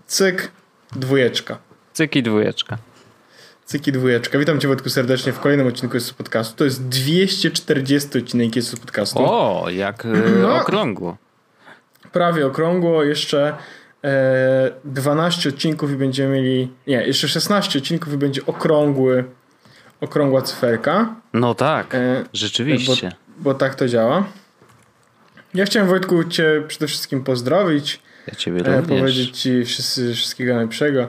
Cyk, dwójeczka. Cyki dwójeczka. Cyki dwójeczka. Witam cię, Wojtku, serdecznie w kolejnym odcinku Jezus Podcastu. To jest 240 odcinek Jezus Podcastu. O, jak okrągło. Prawie okrągło. Jeszcze 12 odcinków i będziemy mieli... Nie, jeszcze 16 odcinków i będzie okrągła cyferka. No tak, rzeczywiście. Bo tak to działa. Ja chciałem, Wojtku, cię przede wszystkim pozdrowić. Ja ciebie również. Powiedzieć ci wszystkiego najlepszego.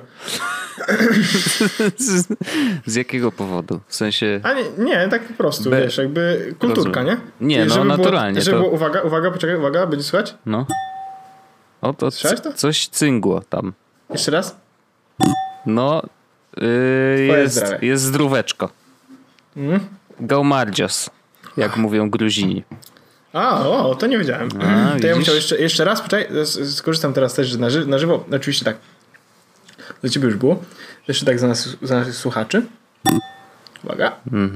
Z jakiego powodu? W sensie... A nie, tak po prostu, wiesz, jakby kulturka, nie? Nie, no naturalnie. Żeby było, uwaga, poczekaj, będzie słychać? No. O, to coś cyngło tam. Jeszcze raz? No, jest zdróweczko. Gaumardzios, jak mówią Gruzini. To nie wiedziałem. To ja bym chciał jeszcze raz, poczekaj, skorzystam teraz też na żywo. Oczywiście tak. Dla ciebie już było. Jeszcze tak za naszych słuchaczy. Uwaga.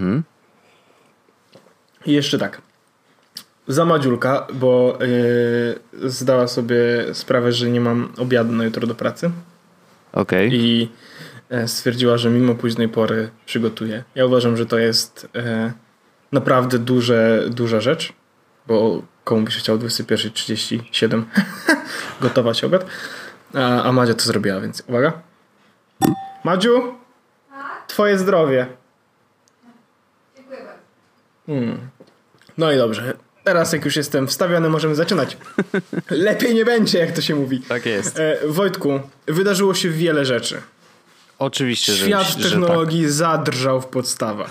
I jeszcze tak. Za Madziulka, bo zdała sobie sprawę, że nie mam obiadu na jutro do pracy. Okej. I stwierdziła, że mimo późnej pory przygotuje. Ja uważam, że to jest naprawdę duża rzecz, bo komu by się chciał o 21:37 gotować obiad. A Madzia to zrobiła, więc uwaga. Madziu, twoje zdrowie. Dziękuję bardzo. No i dobrze. Teraz jak już jestem wstawiony, możemy zaczynać. Lepiej nie będzie, jak to się mówi. Tak jest. Wojtku, wydarzyło się wiele rzeczy. Oczywiście, Świat technologii zadrżał w podstawach.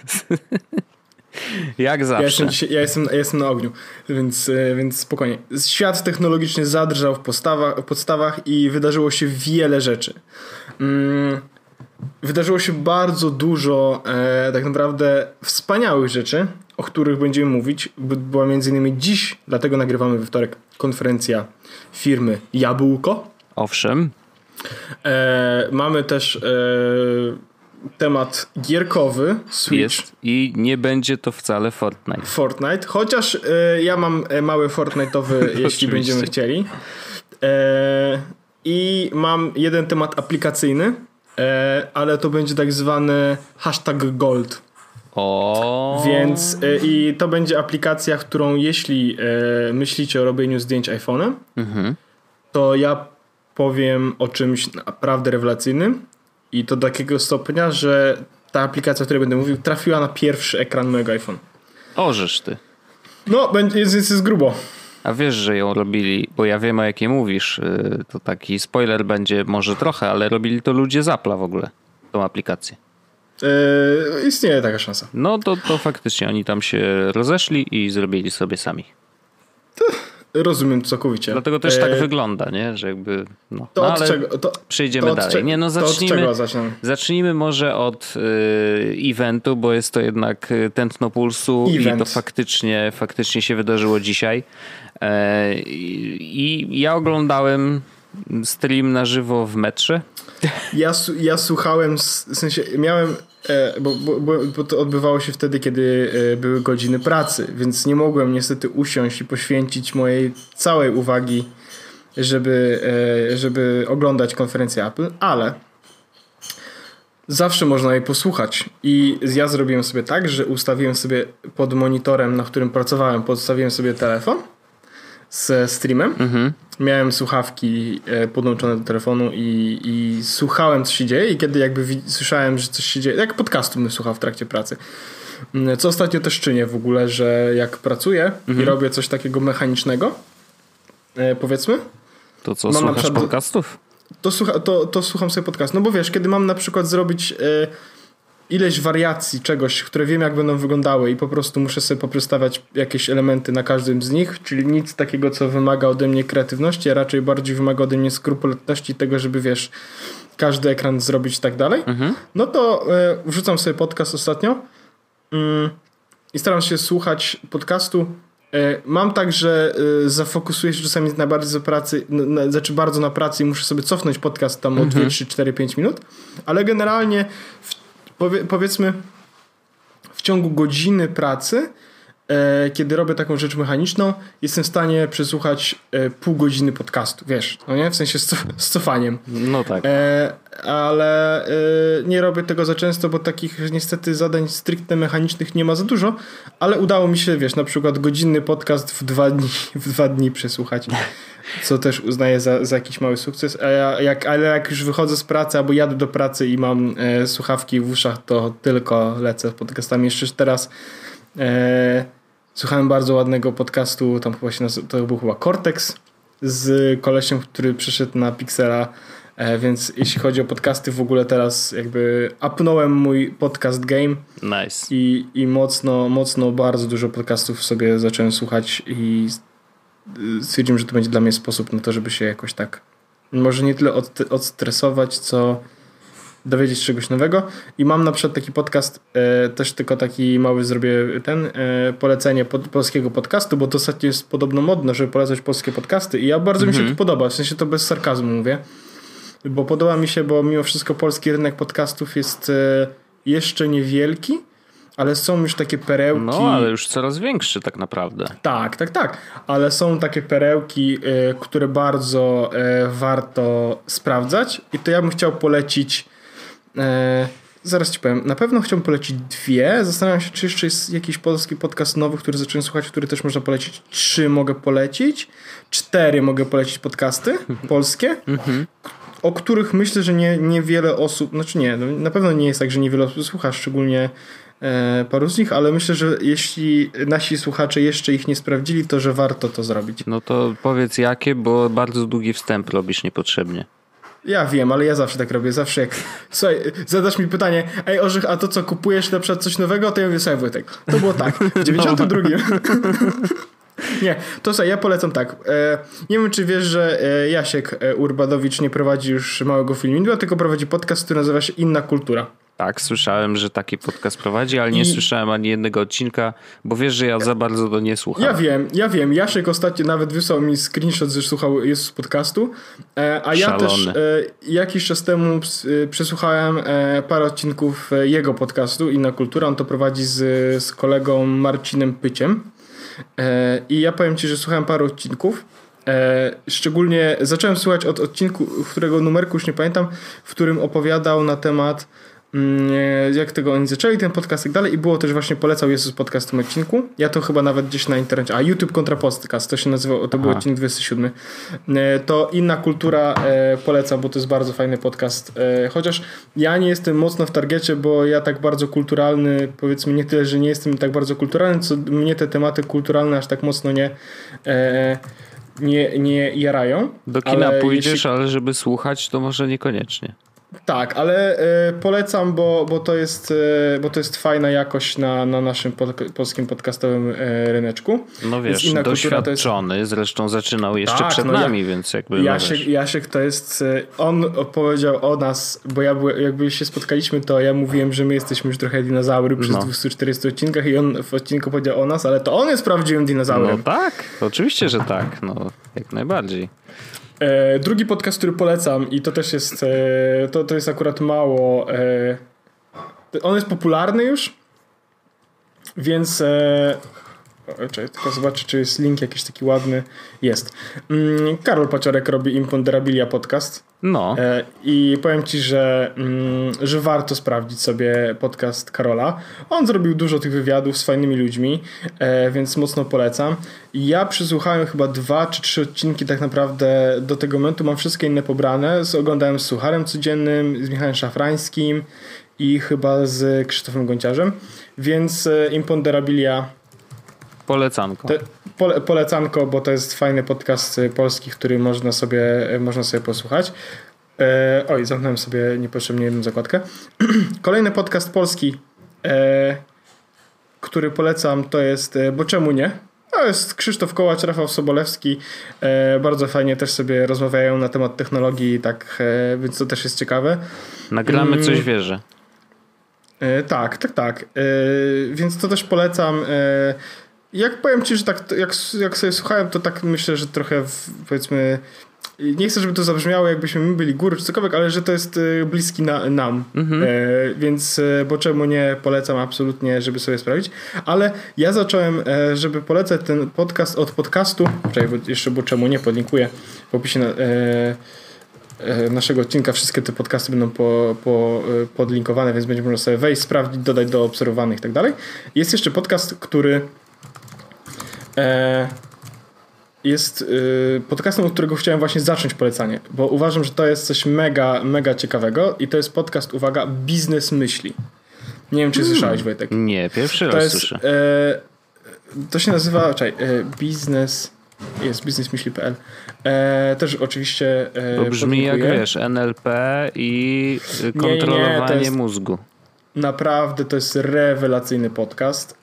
Jak zawsze. Ja jestem na ogniu, więc spokojnie. Świat technologiczny zadrżał w podstawach i wydarzyło się wiele rzeczy. Wydarzyło się bardzo dużo tak naprawdę wspaniałych rzeczy, o których będziemy mówić. Była między innymi dziś, dlatego nagrywamy we wtorek, konferencja firmy Jabłko. Owszem. Mamy też temat gierkowy Switch. Jest. I nie będzie to wcale Fortnite. Chociaż ja mam mały Fortnite'owy, jeśli będziemy chcieli. I mam jeden temat aplikacyjny, ale to będzie tak zwany #gold. Więc i to będzie aplikacja, którą jeśli myślicie o robieniu zdjęć iPhone'em, to ja powiem o czymś naprawdę rewelacyjnym. I to do takiego stopnia, że ta aplikacja, o której będę mówił, trafiła na pierwszy ekran mojego iPhone. Orzesz ty. No, jest grubo. A wiesz, że ją robili, bo ja wiem, o jakiej mówisz, to taki spoiler będzie może trochę, ale robili to ludzie z Apple'a w ogóle, tą aplikację. Istnieje taka szansa. No to faktycznie oni tam się rozeszli i zrobili sobie sami. Rozumiem całkowicie. Dlatego też tak wygląda, nie? Że jakby. No. To no, od ale czego? przejdziemy dalej. Nie, no zacznijmy może od eventu, bo jest to jednak tętno pulsu i to faktycznie się wydarzyło dzisiaj. I ja oglądałem stream na żywo w metrze. Ja słuchałem, w sensie miałem, bo to odbywało się wtedy, kiedy były godziny pracy, więc nie mogłem niestety usiąść i poświęcić mojej całej uwagi, żeby oglądać konferencję Apple, ale zawsze można jej posłuchać. I ja zrobiłem sobie tak, że ustawiłem sobie pod monitorem, na którym pracowałem, podstawiłem sobie telefon z streamem. Miałem słuchawki podłączone do telefonu i słuchałem, co się dzieje, i kiedy jakby słyszałem, że coś się dzieje, jak podcastu bym słuchał w trakcie pracy. Co ostatnio też czynię w ogóle, że jak pracuję i robię coś takiego mechanicznego, powiedzmy. To co, słuchasz podcastów? To słucham sobie podcast. No bo wiesz, kiedy mam na przykład zrobić ileś wariacji czegoś, które wiem, jak będą wyglądały, i po prostu muszę sobie poprzestawiać jakieś elementy na każdym z nich, czyli nic takiego, co wymaga ode mnie kreatywności, a raczej bardziej wymaga ode mnie skrupulatności tego, żeby wiesz, każdy ekran zrobić i tak dalej. No to wrzucam sobie podcast ostatnio i staram się słuchać podcastu. Mam tak, że zafokusuję się czasami najbardziej na pracy, znaczy bardzo na pracy, i muszę sobie cofnąć podcast tam o 2, 3, 4, 5 minut, ale generalnie powiedzmy w ciągu godziny pracy kiedy robię taką rzecz mechaniczną, jestem w stanie przesłuchać pół godziny podcastu, wiesz, no nie? W sensie z cofaniem. No tak. Ale nie robię tego za często, bo takich niestety zadań stricte mechanicznych nie ma za dużo, ale udało mi się, wiesz, na przykład godzinny podcast w 2 dni przesłuchać, co też uznaję za jakiś mały sukces. Ale jak już wychodzę z pracy albo jadę do pracy i mam słuchawki w uszach, to tylko lecę podcastami. Jeszcze teraz słuchałem bardzo ładnego podcastu, tam chyba to był chyba Cortex z kolesiem, który przyszedł na Pixela, więc jeśli chodzi o podcasty, w ogóle teraz jakby upnąłem mój podcast game. Nice. I mocno bardzo dużo podcastów sobie zacząłem słuchać i stwierdziłem, że to będzie dla mnie sposób na to, żeby się jakoś tak może nie tyle odstresować, co dowiedzieć czegoś nowego. I mam na przykład taki podcast, też tylko taki mały zrobię polecenie polskiego podcastu, bo to ostatnio jest podobno modne, żeby polecać polskie podcasty i ja bardzo mi się to podoba, w sensie to bez sarkazmu mówię, bo podoba mi się, bo mimo wszystko polski rynek podcastów jest jeszcze niewielki, ale są już takie perełki. No, ale już coraz większy tak naprawdę. Tak. Ale są takie perełki, które bardzo warto sprawdzać i to ja bym chciał polecić zaraz ci powiem. Na pewno chciałbym polecić 2. Zastanawiam się, czy jeszcze jest jakiś polski podcast nowy, który zacząłem słuchać, który też można polecić. 3 mogę polecić. 4 mogę polecić podcasty polskie, o których myślę, że niewiele osób, znaczy nie, no na pewno nie jest tak, że niewiele osób słucha, szczególnie paru z nich, ale myślę, że jeśli nasi słuchacze jeszcze ich nie sprawdzili, to że warto to zrobić. No to powiedz jakie, bo bardzo długi wstęp robisz niepotrzebnie. Ja wiem, ale ja zawsze tak robię. Zawsze jak słuchaj, zadasz mi pytanie, ej Orzech, a to co, kupujesz na przykład coś nowego? To ja mówię, słuchaj Wojtek, to było tak. W 92. Nie, to słuchaj, ja polecam tak. Nie wiem, czy wiesz, że Jasiek Urbadowicz nie prowadzi już małego filmidła, tylko prowadzi podcast, który nazywa się Inna Kultura. Tak, słyszałem, że taki podcast prowadzi, ale nie słyszałem ani jednego odcinka, bo wiesz, że ja za bardzo to nie słucham. Ja wiem. Jasiek ostatnio nawet wysłał mi screenshot, że słuchał Jezus podcastu, a ja też jakiś czas temu przesłuchałem parę odcinków jego podcastu Inna Kultura. On to prowadzi z kolegą Marcinem Pyciem. I ja powiem ci, że słuchałem parę odcinków. Szczególnie zacząłem słuchać od odcinku, którego numerku już nie pamiętam, w którym opowiadał na temat jak tego oni zaczęli ten podcast i tak dalej, i było też właśnie polecał Jezus podcast w tym odcinku. Ja to chyba nawet gdzieś na internecie, YouTube kontra podcast to się nazywało, to był odcinek 27. To Inna Kultura polecam, bo to jest bardzo fajny podcast, chociaż ja nie jestem mocno w targecie, bo ja tak bardzo kulturalny, powiedzmy nie tyle, że nie jestem tak bardzo kulturalny, co mnie te tematy kulturalne aż tak mocno nie jarają. Do kina pójdziesz, ale żeby słuchać, to może niekoniecznie. Tak, ale polecam, bo to jest fajna jakość na naszym polskim podcastowym ryneczku. No wiesz, doświadczony, jest... zresztą zaczynał jeszcze przed nami, więc jakby... Jasiek to jest... On opowiedział o nas, bo jakby się spotkaliśmy, to ja mówiłem, że my jesteśmy już trochę dinozaury przez 240 odcinkach i on w odcinku powiedział o nas, ale to on jest prawdziwym dinozaurem. No tak, oczywiście, że tak, no jak najbardziej. Drugi podcast, który polecam i to też jest to jest akurat mało on jest popularny już, więc czekaj, tylko zobaczę, czy jest link jakiś taki ładny. Jest. Karol Paciorek robi Imponderabilia podcast. No. I powiem ci, że warto sprawdzić sobie podcast Karola. On zrobił dużo tych wywiadów z fajnymi ludźmi, więc mocno polecam. Ja przysłuchałem chyba 2 czy 3 odcinki tak naprawdę do tego momentu. Mam wszystkie inne pobrane. Oglądałem z Sucharem Codziennym, z Michałem Szafrańskim i chyba z Krzysztofem Gonciarzem. Więc Imponderabilia polecanko. Polecanko, bo to jest fajny podcast polski, który można sobie posłuchać. Oj, zamknąłem sobie niepotrzebnie jedną zakładkę. Kolejny podcast polski, który polecam, to jest Bo czemu nie? To jest Krzysztof Kołacz, Rafał Sobolewski. Bardzo fajnie też sobie rozmawiają na temat technologii, tak, więc to też jest ciekawe. Nagramy coś wierzę. Tak. Więc to też polecam. Jak powiem ci, że tak jak sobie słuchałem, to tak myślę, że trochę powiedzmy nie chcę, żeby to zabrzmiało, jakbyśmy my byli guru czy cokolwiek, ale że to jest bliski nam. Więc, bo czemu nie, polecam absolutnie, żeby sobie sprawdzić. Ale ja zacząłem, żeby polecać ten podcast od podcastu, bo czemu nie, podlinkuję w opisie naszego odcinka. Wszystkie te podcasty będą podlinkowane, więc będzie można sobie wejść, sprawdzić, dodać do obserwowanych i tak dalej. Jest jeszcze podcast, który jest podcastem, od którego chciałem właśnie zacząć polecanie, bo uważam, że to jest coś mega, mega ciekawego i to jest podcast, uwaga, Biznes Myśli. Nie wiem, czy słyszałeś, Wojtek. Nie, pierwszy raz słyszę. To się nazywa, biznesmyśli.pl. Też oczywiście to brzmi jak, wiesz, NLP i kontrolowanie mózgu. Naprawdę to jest rewelacyjny podcast.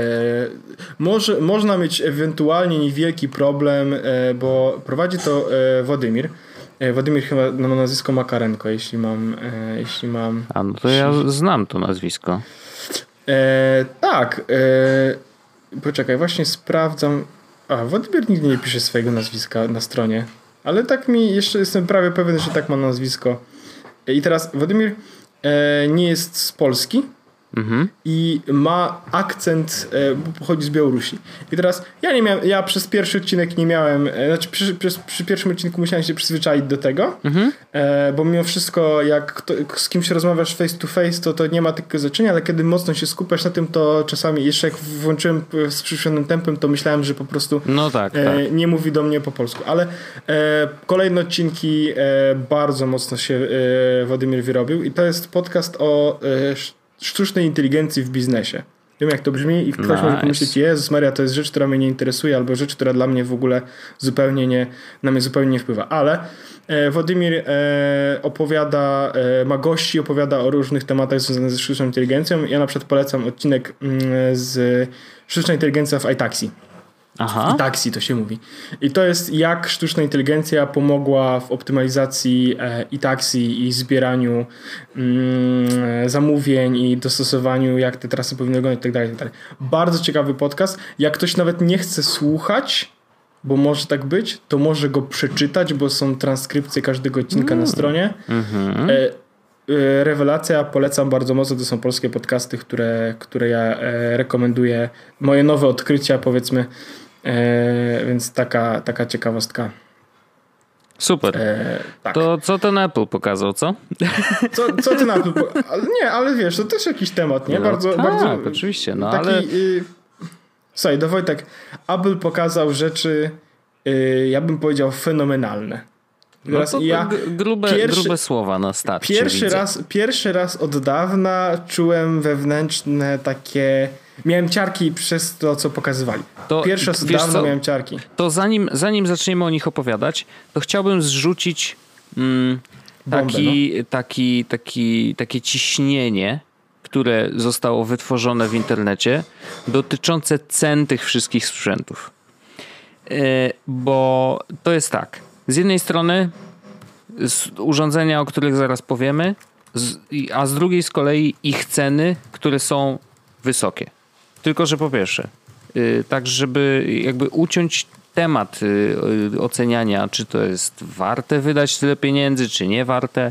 Można mieć ewentualnie niewielki problem, bo prowadzi to Władimir. Władimir chyba ma nazwisko Makarenko, jeśli mam... A no to ja znam to nazwisko. Tak. Poczekaj, właśnie sprawdzam. Władimir nigdy nie pisze swojego nazwiska na stronie. Ale tak mi jeszcze jestem prawie pewien, że tak ma nazwisko. I teraz Władimir nie jest z Polski i ma akcent, bo pochodzi z Białorusi. I teraz ja przez pierwszy odcinek nie miałem, znaczy przy pierwszym odcinku musiałem się przyzwyczaić do tego, bo mimo wszystko jak z kimś rozmawiasz face to face, to nie ma takiego znaczenia, ale kiedy mocno się skupiasz na tym, to czasami jeszcze jak włączyłem z przyspieszonym tempem, to myślałem, że po prostu nie mówi do mnie po polsku. Ale kolejne odcinki bardzo mocno się Władimir wyrobił i to jest podcast o sztucznej inteligencji w biznesie. Wiem, jak to brzmi i ktoś może pomyśleć, Jezus Maria, to jest rzecz, która mnie nie interesuje, albo rzecz, która dla mnie w ogóle na mnie zupełnie nie wpływa. Ale Władimir ma gości, opowiada o różnych tematach związanych ze sztuczną inteligencją. Ja na przykład polecam odcinek z sztuczna inteligencja w iTaxi. Aha. W taksi to się mówi. I to jest jak sztuczna inteligencja pomogła w optymalizacji taksi i zbieraniu zamówień i dostosowaniu, jak te trasy powinny wyglądać i tak dalej. Bardzo ciekawy podcast. Jak ktoś nawet nie chce słuchać, bo może tak być, to może go przeczytać, bo są transkrypcje każdego odcinka na stronie. Rewelacja, polecam bardzo mocno. To są polskie podcasty, które ja rekomenduję. Moje nowe odkrycia, powiedzmy. Więc taka ciekawostka. Super. Tak. To co ten Apple pokazał, co? Co ten Apple pokazał? Nie, ale wiesz, to też jakiś temat, nie? No, bardzo, oczywiście. No, taki, ale... Słuchaj, Wojtek, Apple pokazał rzeczy, ja bym powiedział, fenomenalne. No to grube słowa na starcie. Pierwszy raz od dawna czułem wewnętrzne takie... Miałem ciarki przez to, co pokazywali. Pierwszy raz od dawna miałem ciarki. To zanim zaczniemy o nich opowiadać, to chciałbym zrzucić takie ciśnienie, które zostało wytworzone w internecie dotyczące cen tych wszystkich sprzętów. Bo to jest tak. Z jednej strony urządzenia, o których zaraz powiemy, a z drugiej z kolei ich ceny, które są wysokie. Tylko że po pierwsze, tak żeby jakby uciąć temat oceniania, czy to jest warte wydać tyle pieniędzy, czy nie warte.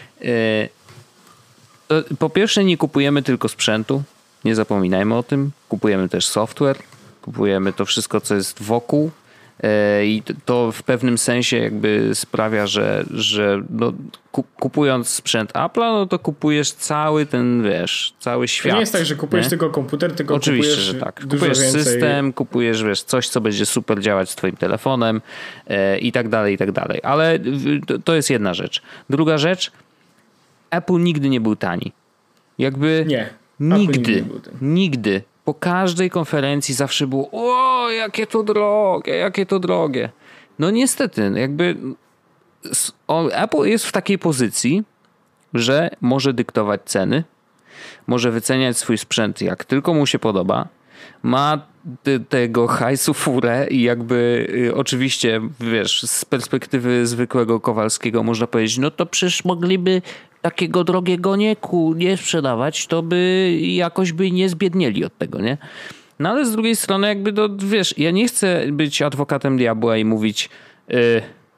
Po pierwsze nie kupujemy tylko sprzętu, nie zapominajmy o tym. Kupujemy też software, kupujemy to wszystko, co jest wokół. I to w pewnym sensie jakby sprawia, że no, kupując sprzęt Apple'a, no to kupujesz cały ten, cały świat. To nie jest tak, że kupujesz tylko komputer, tylko oczywiście, kupujesz że tak. Kupujesz system, kupujesz coś, co będzie super działać z twoim telefonem i tak dalej, i tak dalej. Ale to jest jedna rzecz. Druga rzecz, Apple nigdy nie był tani. Jakby nie. Nigdy. Po każdej konferencji zawsze było jakie to drogie. No niestety, jakby Apple jest w takiej pozycji, że może dyktować ceny, może wyceniać swój sprzęt jak tylko mu się podoba, ma tego hajsu furę i jakby oczywiście, z perspektywy zwykłego Kowalskiego można powiedzieć, no to przecież mogliby takiego drogiego nie sprzedawać, to by jakoś nie zbiednieli od tego, nie? No ale z drugiej strony jakby ja nie chcę być adwokatem diabła i mówić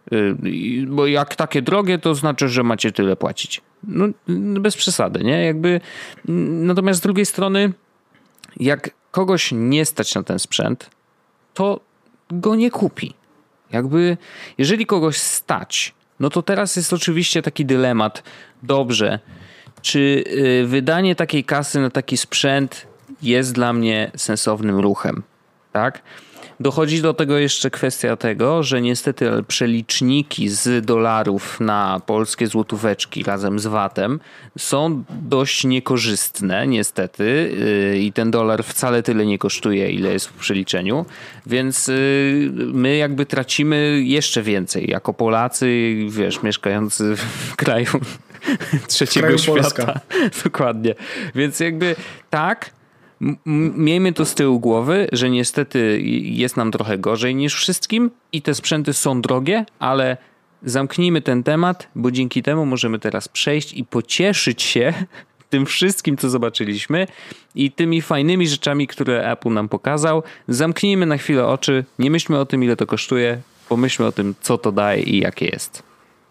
Bo jak takie drogie, to znaczy, że macie tyle płacić. No, bez przesady, nie? Jakby, natomiast z drugiej strony, jak kogoś nie stać na ten sprzęt, to go nie kupi. Jakby, jeżeli kogoś stać, no to teraz jest oczywiście taki dylemat. Dobrze, czy wydanie takiej kasy na taki sprzęt jest dla mnie sensownym ruchem, tak? Dochodzi do tego jeszcze kwestia tego, że niestety przeliczniki z dolarów na polskie złotóweczki razem z VAT-em są dość niekorzystne niestety i ten dolar wcale tyle nie kosztuje, ile jest w przeliczeniu, więc my jakby tracimy jeszcze więcej jako Polacy, wiesz, mieszkający w kraju trzeciego świata. Dokładnie. Więc jakby tak, miejmy to z tyłu głowy, że niestety jest nam trochę gorzej niż wszystkim i te sprzęty są drogie, ale zamknijmy ten temat, bo dzięki temu możemy teraz przejść i pocieszyć się tym wszystkim, co zobaczyliśmy i tymi fajnymi rzeczami, które Apple nam pokazał. Zamknijmy na chwilę oczy, nie myślmy o tym, ile to kosztuje, pomyślmy o tym, co to daje i jakie jest.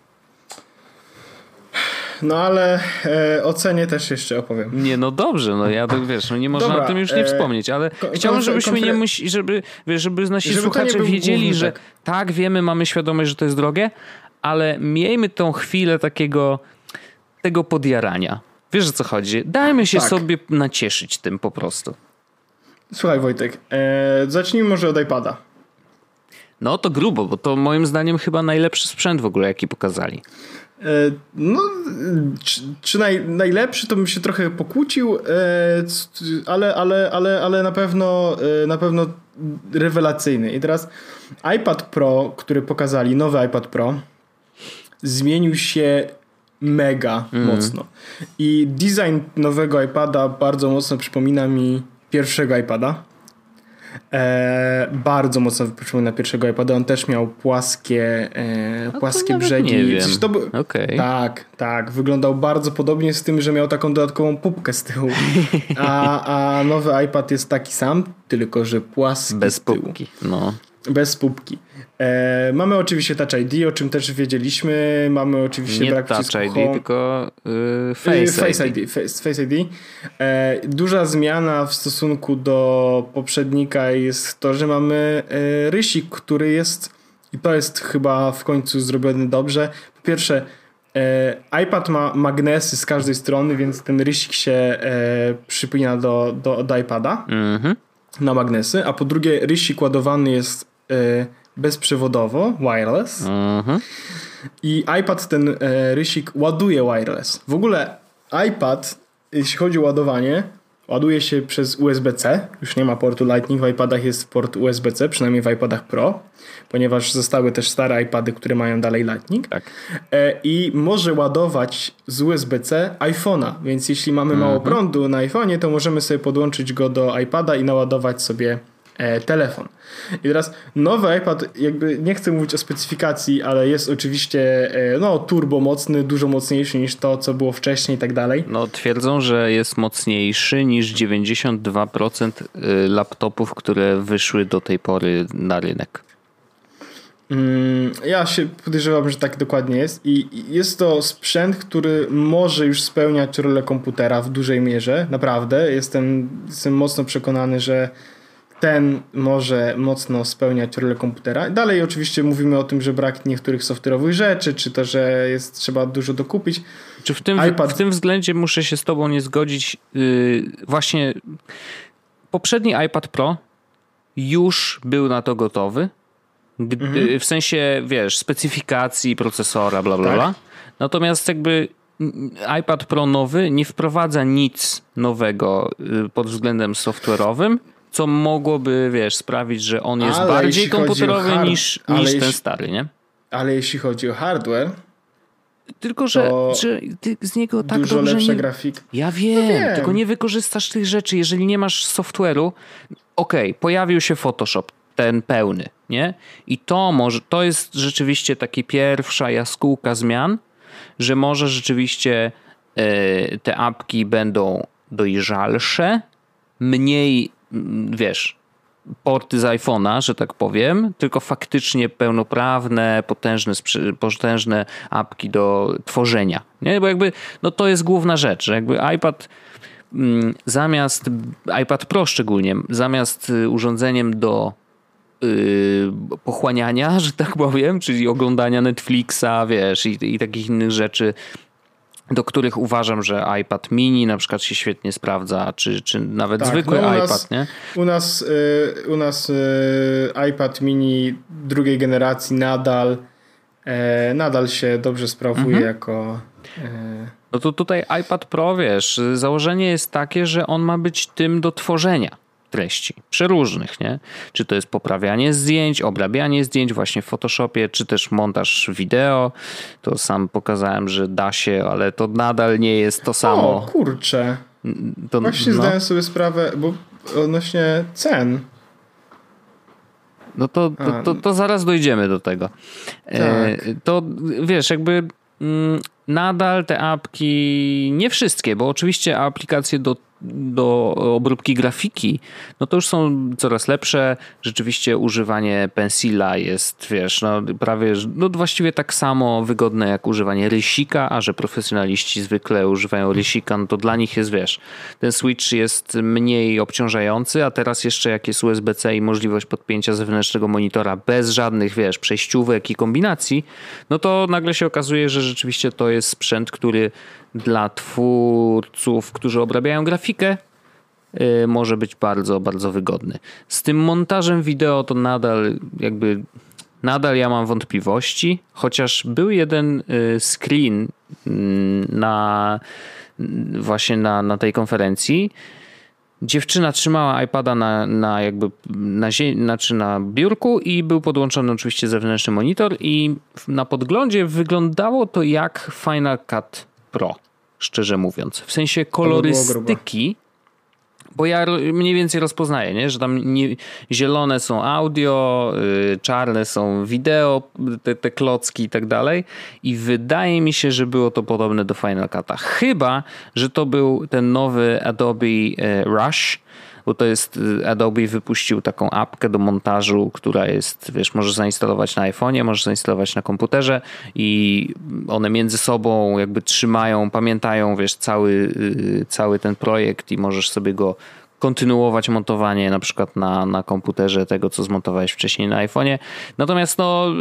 No ale o cenie też jeszcze opowiem. Nie, no dobrze, no ja to wiesz, no nie można o tym już nie wspomnieć, ale chciałbym, żebyśmy nie żeby nasi słuchacze wiedzieli, że tak, wiemy, mamy świadomość, że to jest drogie, ale miejmy tą chwilę tego podjarania. Wiesz, o co chodzi? Dajmy się sobie nacieszyć tym po prostu. Słuchaj, Wojtek, zacznijmy może od iPada. No to grubo, bo to moim zdaniem chyba najlepszy sprzęt w ogóle, jaki pokazali. No, czy najlepszy, to bym się trochę pokłócił, ale na pewno rewelacyjny. I teraz iPad Pro, który pokazali, nowy iPad Pro, zmienił się mega mocno. I design nowego iPada bardzo mocno przypomina mi pierwszego iPada. Bardzo mocno przypomina pierwszego iPada. On też miał płaskie brzegi. Nie wiem. Okay. Tak. Wyglądał bardzo podobnie, z tym, że miał taką dodatkową pupkę z tyłu. A nowy iPad jest taki sam, tylko że płaski bez z tyłu. Pupki. No. Bez pupki. Mamy oczywiście Touch ID, o czym też wiedzieliśmy. Mamy oczywiście nie brak Touch przycisku ID, Home. tylko Face ID. Face ID. Duża zmiana w stosunku do poprzednika jest to, że mamy rysik, który jest, i to jest chyba w końcu zrobione dobrze. Po pierwsze, iPad ma magnesy z każdej strony, więc ten rysik się przypina do iPada na magnesy, a po drugie rysik ładowany jest bezprzewodowo, wireless. I iPad ten rysik ładuje wireless. W ogóle iPad, jeśli chodzi o ładowanie, ładuje się przez USB-C. Już nie ma portu Lightning, w iPadach jest port USB-C, przynajmniej w iPadach Pro, ponieważ zostały też stare iPady, które mają dalej Lightning. Tak. I może ładować z USB-C iPhone'a, więc jeśli mamy mało prądu na iPhone'ie, to możemy sobie podłączyć go do iPada i naładować sobie telefon. I teraz nowy iPad, jakby nie chcę mówić o specyfikacji, ale jest oczywiście turbo mocny, dużo mocniejszy niż to, co było wcześniej i tak dalej. No twierdzą, że jest mocniejszy niż 92% laptopów, które wyszły do tej pory na rynek. Ja się podejrzewam, że tak dokładnie jest i jest to sprzęt, który może już spełniać rolę komputera w dużej mierze, naprawdę. Jestem mocno przekonany, że ten może mocno spełniać rolę komputera. Dalej oczywiście mówimy o tym, że brak niektórych software'owych rzeczy, czy to, że trzeba dużo dokupić. Czy w tym względzie muszę się z tobą nie zgodzić. Właśnie poprzedni iPad Pro już był na to gotowy. W sensie, wiesz, specyfikacji procesora, bla, bla, bla. Natomiast jakby iPad Pro nowy nie wprowadza nic nowego pod względem software'owym, co mogłoby, wiesz, sprawić, że on jest bardziej komputerowy niż ten stary, nie? Ale jeśli chodzi o hardware, tylko, że ty z niego tak dużo dobrze lepsza grafika. Ja wiem, tylko nie wykorzystasz tych rzeczy, jeżeli nie masz software'u. Okej, pojawił się Photoshop, ten pełny, nie? I to jest rzeczywiście taka pierwsza jaskółka zmian, że może rzeczywiście te apki będą dojrzalsze, mniej, wiesz, porty z iPhone'a, że tak powiem, tylko faktycznie pełnoprawne, potężne apki do tworzenia. Nie? Bo jakby no to jest główna rzecz, że jakby iPad Pro szczególnie, zamiast urządzeniem do pochłaniania, że tak powiem, czyli oglądania Netflixa, wiesz, i takich innych rzeczy, do których uważam, że iPad mini na przykład się świetnie sprawdza, czy nawet zwykły iPad, nie? U nas iPad mini drugiej generacji nadal się dobrze sprawuje jako... No to tutaj iPad Pro, wiesz, założenie jest takie, że on ma być tym do tworzenia treści przeróżnych, nie? Czy to jest poprawianie zdjęć, obrabianie zdjęć właśnie w Photoshopie, czy też montaż wideo. To sam pokazałem, że da się, ale to nadal nie jest to samo. O, kurczę. Właśnie zdałem sobie sprawę, bo odnośnie cen. No to zaraz dojdziemy do tego. Tak. To wiesz, jakby nadal te apki, nie wszystkie, bo oczywiście aplikacje do obróbki grafiki, no to już są coraz lepsze. Rzeczywiście używanie pensila jest, wiesz, no prawie, no właściwie tak samo wygodne jak używanie rysika, a że profesjonaliści zwykle używają rysika, no to dla nich jest, wiesz, ten switch jest mniej obciążający, a teraz jeszcze jak jest USB-C i możliwość podpięcia zewnętrznego monitora bez żadnych, wiesz, przejściówek i kombinacji, no to nagle się okazuje, że rzeczywiście to jest sprzęt, który dla twórców, którzy obrabiają grafikę, może być bardzo, bardzo wygodny. Z tym montażem wideo to nadal ja mam wątpliwości, chociaż był jeden screen właśnie na tej konferencji. Dziewczyna trzymała iPada na biurku i był podłączony oczywiście zewnętrzny monitor i na podglądzie wyglądało to jak Final Cut Pro, szczerze mówiąc. W sensie kolorystyki, bo ja mniej więcej rozpoznaję, nie? Że tam zielone są audio, czarne są wideo, te klocki i tak dalej. I wydaje mi się, że było to podobne do Final Cut'a. Chyba, że to był ten nowy Adobe Rush, bo to jest Adobe wypuścił taką apkę do montażu, która jest, wiesz, możesz zainstalować na iPhone'ie, możesz zainstalować na komputerze i one między sobą jakby pamiętają, wiesz, cały ten projekt i możesz sobie go kontynuować montowanie na przykład na komputerze tego, co zmontowałeś wcześniej na iPhone'ie. Natomiast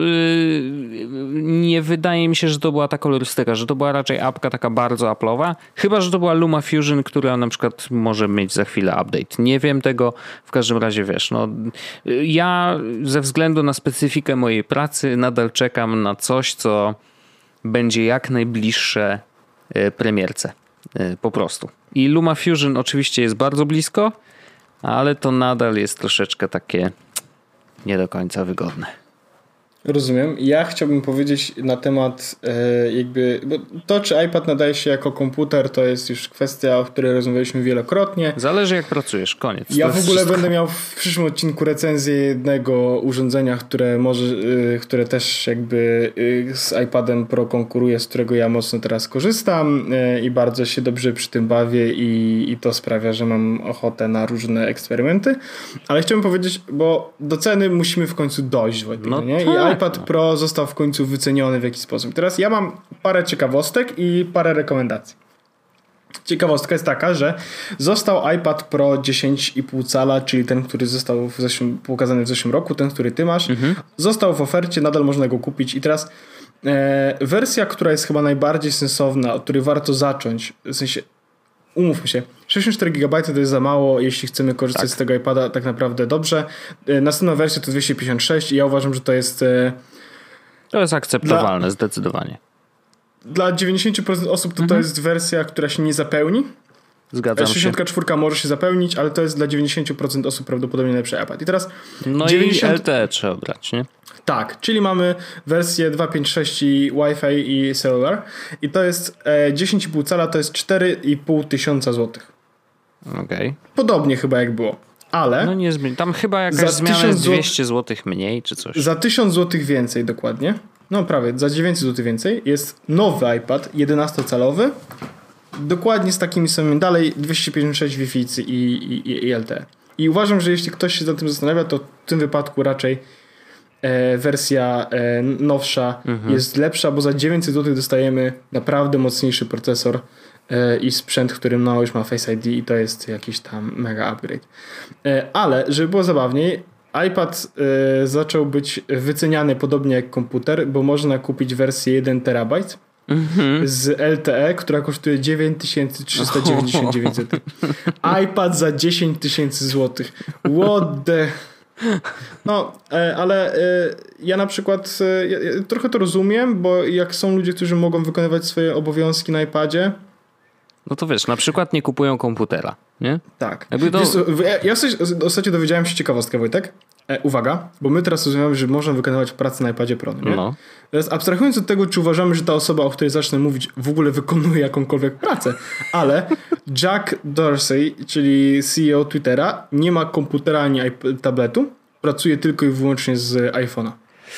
nie wydaje mi się, że to była ta kolorystyka, że to była raczej apka taka bardzo Apple'owa. Chyba, że to była LumaFusion, która na przykład może mieć za chwilę update. Nie wiem tego. W każdym razie, wiesz, ja ze względu na specyfikę mojej pracy nadal czekam na coś, co będzie jak najbliższe premierce. Po prostu. I LumaFusion oczywiście jest bardzo blisko, ale to nadal jest troszeczkę takie nie do końca wygodne. Rozumiem. Ja chciałbym powiedzieć na temat bo to, czy iPad nadaje się jako komputer, to jest już kwestia, o której rozmawialiśmy wielokrotnie. Zależy jak pracujesz, koniec. Ja w ogóle będę miał w przyszłym odcinku recenzję jednego urządzenia, które też jakby z iPadem Pro konkuruje, z którego ja mocno teraz korzystam i bardzo się dobrze przy tym bawię i to sprawia, że mam ochotę na różne eksperymenty. Ale chciałbym powiedzieć, bo do ceny musimy w końcu dojść, nie? I iPad Pro został w końcu wyceniony w jakiś sposób. Teraz ja mam parę ciekawostek i parę rekomendacji. Ciekawostka jest taka, że został iPad Pro 10,5 cala, czyli ten, który został pokazany w zeszłym roku, ten, który ty masz. Został w ofercie, nadal można go kupić i teraz wersja, która jest chyba najbardziej sensowna, od której warto zacząć, w sensie umówmy się, 64 GB to jest za mało, jeśli chcemy korzystać z tego iPada tak naprawdę dobrze. Następna wersja to 256 i ja uważam, że to jest... To jest akceptowalne, zdecydowanie. Dla 90% osób to jest wersja, która się nie zapełni. Zgadzam się. 64 może się zapełnić, ale to jest dla 90% osób prawdopodobnie lepszy iPad. I teraz i LTE trzeba brać, nie? Tak, czyli mamy wersję 256 i Wi-Fi i Cellular i to jest 10,5 cala, to jest 4,5 tysiąca złotych. Okej. Podobnie chyba jak było, ale... No nie zmieni. Tam chyba jakaś zmiana jest 200 złotych mniej czy coś. Za 1000 złotych więcej dokładnie, no prawie, za 900 złotych więcej jest nowy iPad 11-calowy, dokładnie z takimi samymi, dalej 256 Wi-Fi i LTE. I uważam, że jeśli ktoś się nad tym zastanawia, to w tym wypadku raczej wersja nowsza jest lepsza, bo za 900 zł dostajemy naprawdę mocniejszy procesor i sprzęt, którym już ma Face ID i to jest jakiś tam mega upgrade. Ale żeby było zabawniej, iPad zaczął być wyceniany podobnie jak komputer, bo można kupić wersję 1 terabajt z LTE, która kosztuje 9399 zł. iPad za 10 tysięcy złotych. What the... No, ale ja na przykład ja trochę to rozumiem, bo jak są ludzie, którzy mogą wykonywać swoje obowiązki na iPadzie, no to wiesz, na przykład nie kupują komputera, nie? Tak. Jakby to... Ja ostatnio dowiedziałem się ciekawostkę, Wojtek. Uwaga, bo my teraz rozumiem, że można wykonywać pracę na iPadzie Pro, nie? No. Teraz abstrahując od tego, czy uważamy, że ta osoba, o której zacznę mówić, w ogóle wykonuje jakąkolwiek pracę, ale Jack Dorsey, czyli CEO Twittera, nie ma komputera ani tabletu, pracuje tylko i wyłącznie z iPhone'a.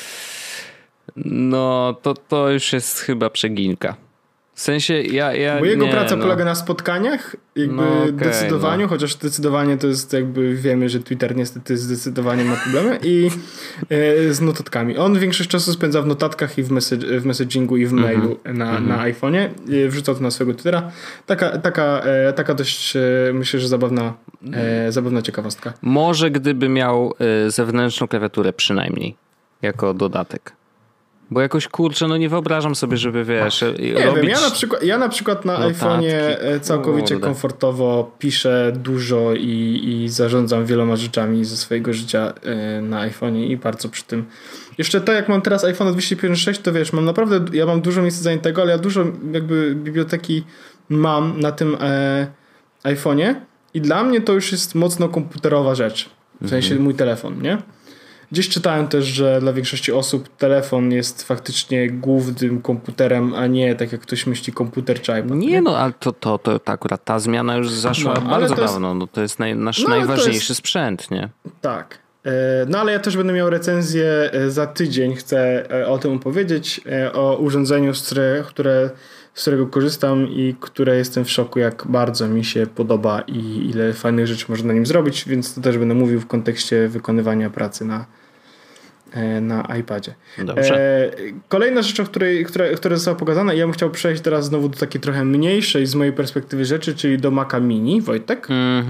No, to już jest chyba przeginka. W sensie bo jego praca polega na spotkaniach, decydowaniu, chociaż zdecydowanie to jest jakby wiemy, że Twitter niestety zdecydowanie ma problemy i z notatkami. On większość czasu spędza w notatkach i w messagingu i w mailu na iPhone'ie. Wrzucał to na swojego Twittera. Taka dość myślę, że zabawna ciekawostka. Może gdyby miał zewnętrzną klawiaturę przynajmniej jako dodatek. Bo jakoś kurczę, no nie wyobrażam sobie, żeby wiesz... Nie wiem, ja na przykład na iPhone'ie całkowicie komfortowo piszę dużo i zarządzam wieloma rzeczami ze swojego życia na iPhone'ie i bardzo przy tym. Jeszcze tak jak mam teraz iPhone 256, to wiesz, ja mam dużo miejsca zajętego, ale ja dużo jakby biblioteki mam na tym iPhone'ie i dla mnie to już jest mocno komputerowa rzecz. W sensie mój telefon, nie? Gdzieś czytałem też, że dla większości osób telefon jest faktycznie głównym komputerem, a nie tak jak ktoś myśli komputer czy iPad. Nie, no ale to akurat ta zmiana już zaszła bardzo dawno. No, to jest nasz najważniejszy sprzęt, nie? Tak. No ale ja też będę miał recenzję za tydzień. Chcę o tym opowiedzieć. O urządzeniu, z którego korzystam i które jestem w szoku, jak bardzo mi się podoba i ile fajnych rzeczy można na nim zrobić, więc to też będę mówił w kontekście wykonywania pracy na iPadzie. Dobrze. Kolejna rzecz, która została pokazana i ja bym chciał przejść teraz znowu do takiej trochę mniejszej z mojej perspektywy rzeczy, czyli do Maca Mini, Wojtek.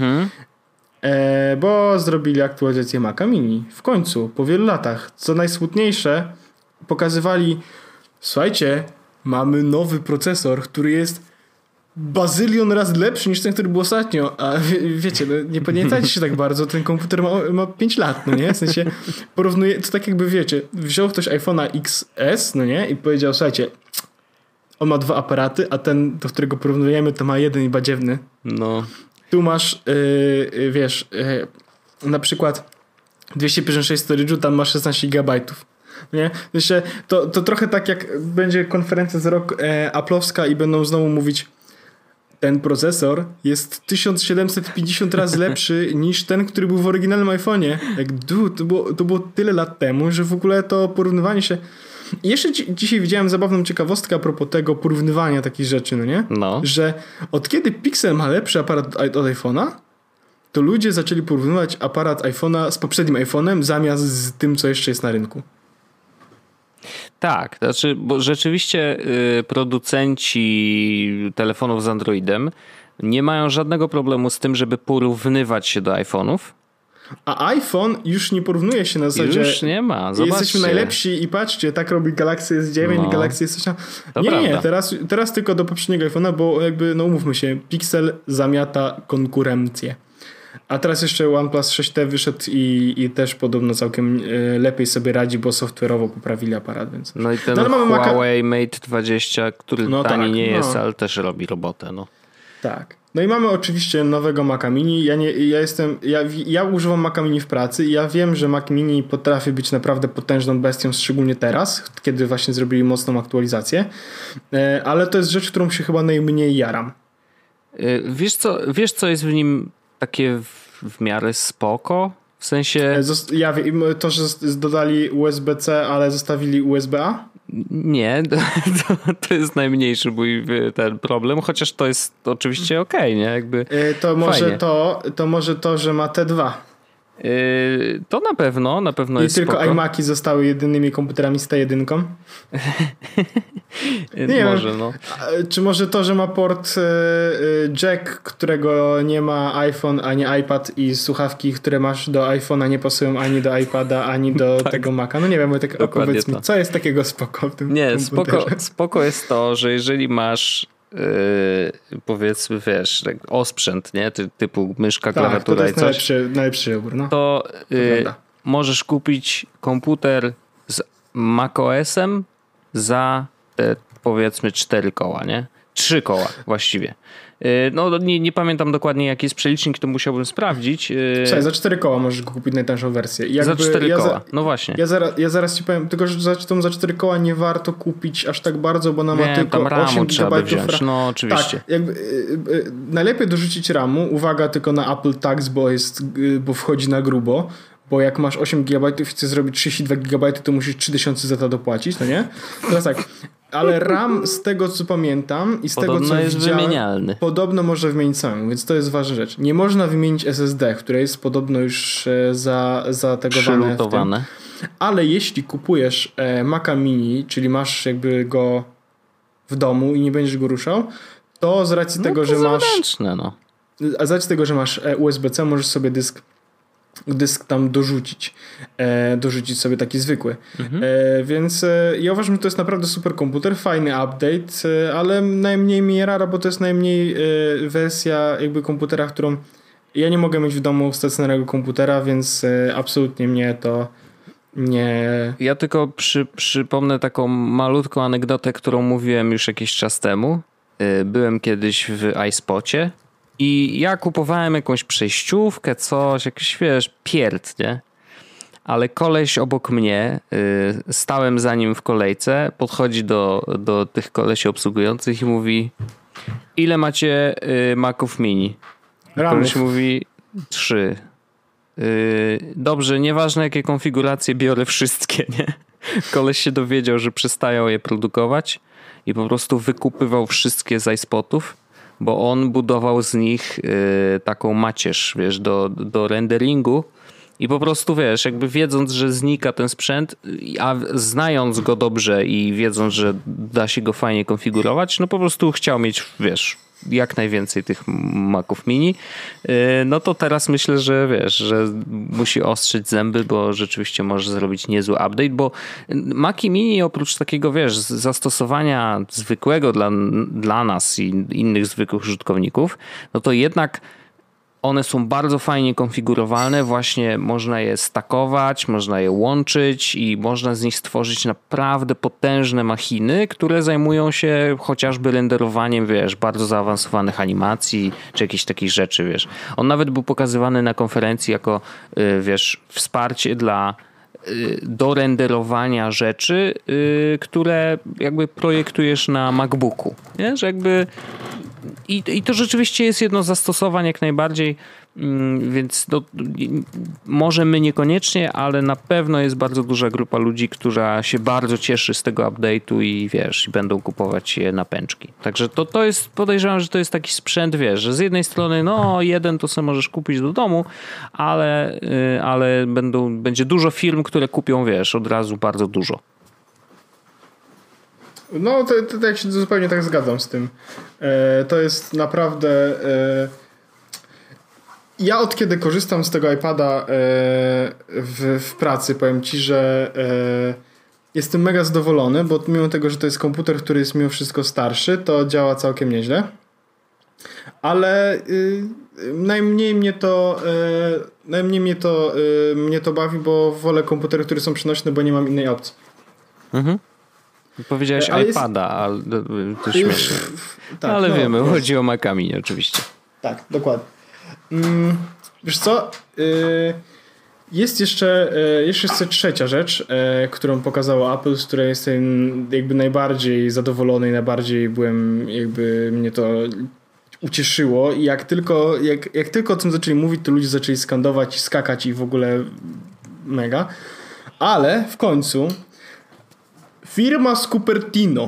Bo zrobili aktualizację Maca Mini. W końcu, po wielu latach. Co najsmutniejsze, pokazywali, słuchajcie, mamy nowy procesor, który jest bazylion razy lepszy niż ten, który był ostatnio. A wiecie, no, nie podniecajcie się tak bardzo, ten komputer ma 5 lat, no nie? W sensie porównuje, to tak jakby wiecie, wziął ktoś iPhone'a XS, no nie? I powiedział, słuchajcie, on ma 2 aparaty, a ten, do którego porównujemy, to ma 1 i badziewny. No. Tu masz, wiesz, na przykład 256 storage'u, tam masz 16 GB. Nie? Myślę, to trochę tak jak będzie konferencja za rok Apple'owska i będą znowu mówić, ten procesor jest 1750 razy lepszy niż ten, który był w oryginalnym iPhone'ie. Jak to było tyle lat temu, że w ogóle to porównywanie się... I jeszcze dzisiaj widziałem zabawną ciekawostkę a propos tego porównywania takich rzeczy, no nie? No. Że od kiedy Pixel ma lepszy aparat od iPhone'a, to ludzie zaczęli porównywać aparat iPhone'a z poprzednim iPhone'em zamiast z tym, co jeszcze jest na rynku. Tak, znaczy, bo rzeczywiście producenci telefonów z Androidem nie mają żadnego problemu z tym, żeby porównywać się do iPhone'ów. A iPhone już nie porównuje się na zasadzie... Już nie ma, zobaczcie. Jesteśmy najlepsi i patrzcie, tak robi Galaxy S9 i Galaxy S8. Nie, teraz tylko do poprzedniego iPhone'a, bo jakby, no umówmy się, Pixel zamiata konkurencję. A teraz jeszcze OnePlus 6T wyszedł i też podobno całkiem lepiej sobie radzi, bo software'owo poprawili aparat. Więc... No i ten Huawei Mate 20, który tani nie jest, ale też robi robotę. No. Tak. No i mamy oczywiście nowego Maca Mini. Ja używam Maca Mini w pracy i ja wiem, że Mac Mini potrafi być naprawdę potężną bestią, szczególnie teraz, kiedy właśnie zrobili mocną aktualizację. Ale to jest rzecz, którą się chyba najmniej jaram. Wiesz co jest w nim takie w miarę spoko? W sensie... To, że dodali USB-C, ale zostawili USB-A? Nie, to jest najmniejszy mój ten problem, chociaż to jest oczywiście okej, nie? Jakby to może to, że ma T2. To na pewno I jest tylko spoko. iMaki zostały jedynymi komputerami z T1? Nie może, wiem. no. Czy może to, że ma port jack, którego nie ma iPhone ani iPad i słuchawki, które masz do iPhone'a nie pasują ani do iPada, ani do tego Maca. No nie wiem, tak opowiedz mi, co jest takiego spoko w tym komputerze? Spoko jest to, że jeżeli masz powiedzmy, wiesz, osprzęt, nie? Typu myszka, klawiatura to jest i coś. najlepszy wybór, no. To możesz kupić komputer z macOS-em za powiedzmy 4 koła, nie? 3 koła właściwie. No nie pamiętam dokładnie jaki jest przelicznik, to musiałbym sprawdzić. Słuchaj, za 4 koła możesz kupić najtańszą wersję. Za 4 koła, no właśnie. Ja zaraz ci powiem, tylko że za 4 koła nie warto kupić aż tak bardzo, bo ona ma tylko 8 GB wziąć. No oczywiście. Tak, najlepiej dorzucić RAMu, uwaga tylko na Apple Tax, bo wchodzi na grubo. Bo jak masz 8 GB i chcesz zrobić 32 GB, to musisz 3000 za to dopłacić, no nie? Teraz tak, ale RAM z tego co pamiętam i z podobno tego co jest widziałem, wymienialny. Podobno może wymienić samemu, więc to jest ważna rzecz. Nie można wymienić SSD, które jest podobno już zategowane. Ale jeśli kupujesz Maca Mini, czyli masz jakby go w domu i nie będziesz go ruszał, to z racji tego, że masz... A z racji tego, że masz USB-C, możesz sobie dysk tam dorzucić sobie taki zwykły. Więc ja uważam, że to jest naprawdę super komputer, fajny update, ale najmniej mi rara, bo to jest najmniej wersja jakby komputera, którą ja nie mogę mieć w domu stacjonarnego komputera, więc absolutnie mnie to nie... Ja tylko przypomnę taką malutką anegdotę, którą mówiłem już jakiś czas temu. Byłem kiedyś w iSpocie i ja kupowałem jakąś przejściówkę, coś, jakiś, wiesz, pierd, nie? Ale koleś obok mnie, stałem za nim w kolejce, podchodzi do tych kolesi obsługujących i mówi: ile macie Maców Mini? Koleś mówi 3. Dobrze, nieważne jakie konfiguracje, biorę wszystkie, nie? Koleś się dowiedział, że przestają je produkować i po prostu wykupywał wszystkie z iSpotów, bo on budował z nich taką macierz, wiesz, do renderingu i po prostu, wiesz, jakby wiedząc, że znika ten sprzęt, a znając go dobrze i wiedząc, że da się go fajnie konfigurować, no po prostu chciał mieć, wiesz, jak najwięcej tych Maców Mini, no to teraz myślę, że wiesz, że musi ostrzyć zęby, bo rzeczywiście może zrobić niezły update, bo Maci Mini oprócz takiego, wiesz, zastosowania zwykłego dla nas i innych zwykłych użytkowników, no to jednak one są bardzo fajnie konfigurowalne, właśnie można je stakować, można je łączyć i można z nich stworzyć naprawdę potężne machiny, które zajmują się chociażby renderowaniem, wiesz, bardzo zaawansowanych animacji, czy jakichś takich rzeczy, wiesz. On nawet był pokazywany na konferencji jako, wiesz, wsparcie do renderowania rzeczy, które jakby projektujesz na MacBooku, nie? Że jakby i to rzeczywiście jest jedno z zastosowań jak najbardziej, więc może my niekoniecznie, ale na pewno jest bardzo duża grupa ludzi, która się bardzo cieszy z tego update'u i wiesz, i będą kupować je na pęczki. Także to jest, podejrzewam, że to jest taki sprzęt, wiesz, że z jednej strony no jeden to sobie możesz kupić do domu, ale będzie dużo firm, które kupią, wiesz, od razu bardzo dużo. No, to ja się zupełnie tak zgadzam z tym. To jest naprawdę... Ja od kiedy korzystam z tego iPada w pracy, powiem ci, że jestem mega zadowolony, bo mimo tego, że to jest komputer, który jest mimo wszystko starszy, to działa całkiem nieźle. Ale najmniej mnie to bawi, bo wolę komputery, które są przenośne, bo nie mam innej opcji. Mhm. Powiedziałeś iPada, ale to śmieszne. Tak, ale no, wiemy, chodzi o Maca Mini oczywiście. Tak, dokładnie. Wiesz co? Jest jeszcze trzecia rzecz, którą pokazało Apple, z której jestem jakby najbardziej zadowolony i najbardziej mnie to ucieszyło i jak tylko o tym zaczęli mówić, to ludzie zaczęli skandować i skakać i w ogóle mega. Ale w końcu Firma z Cupertino.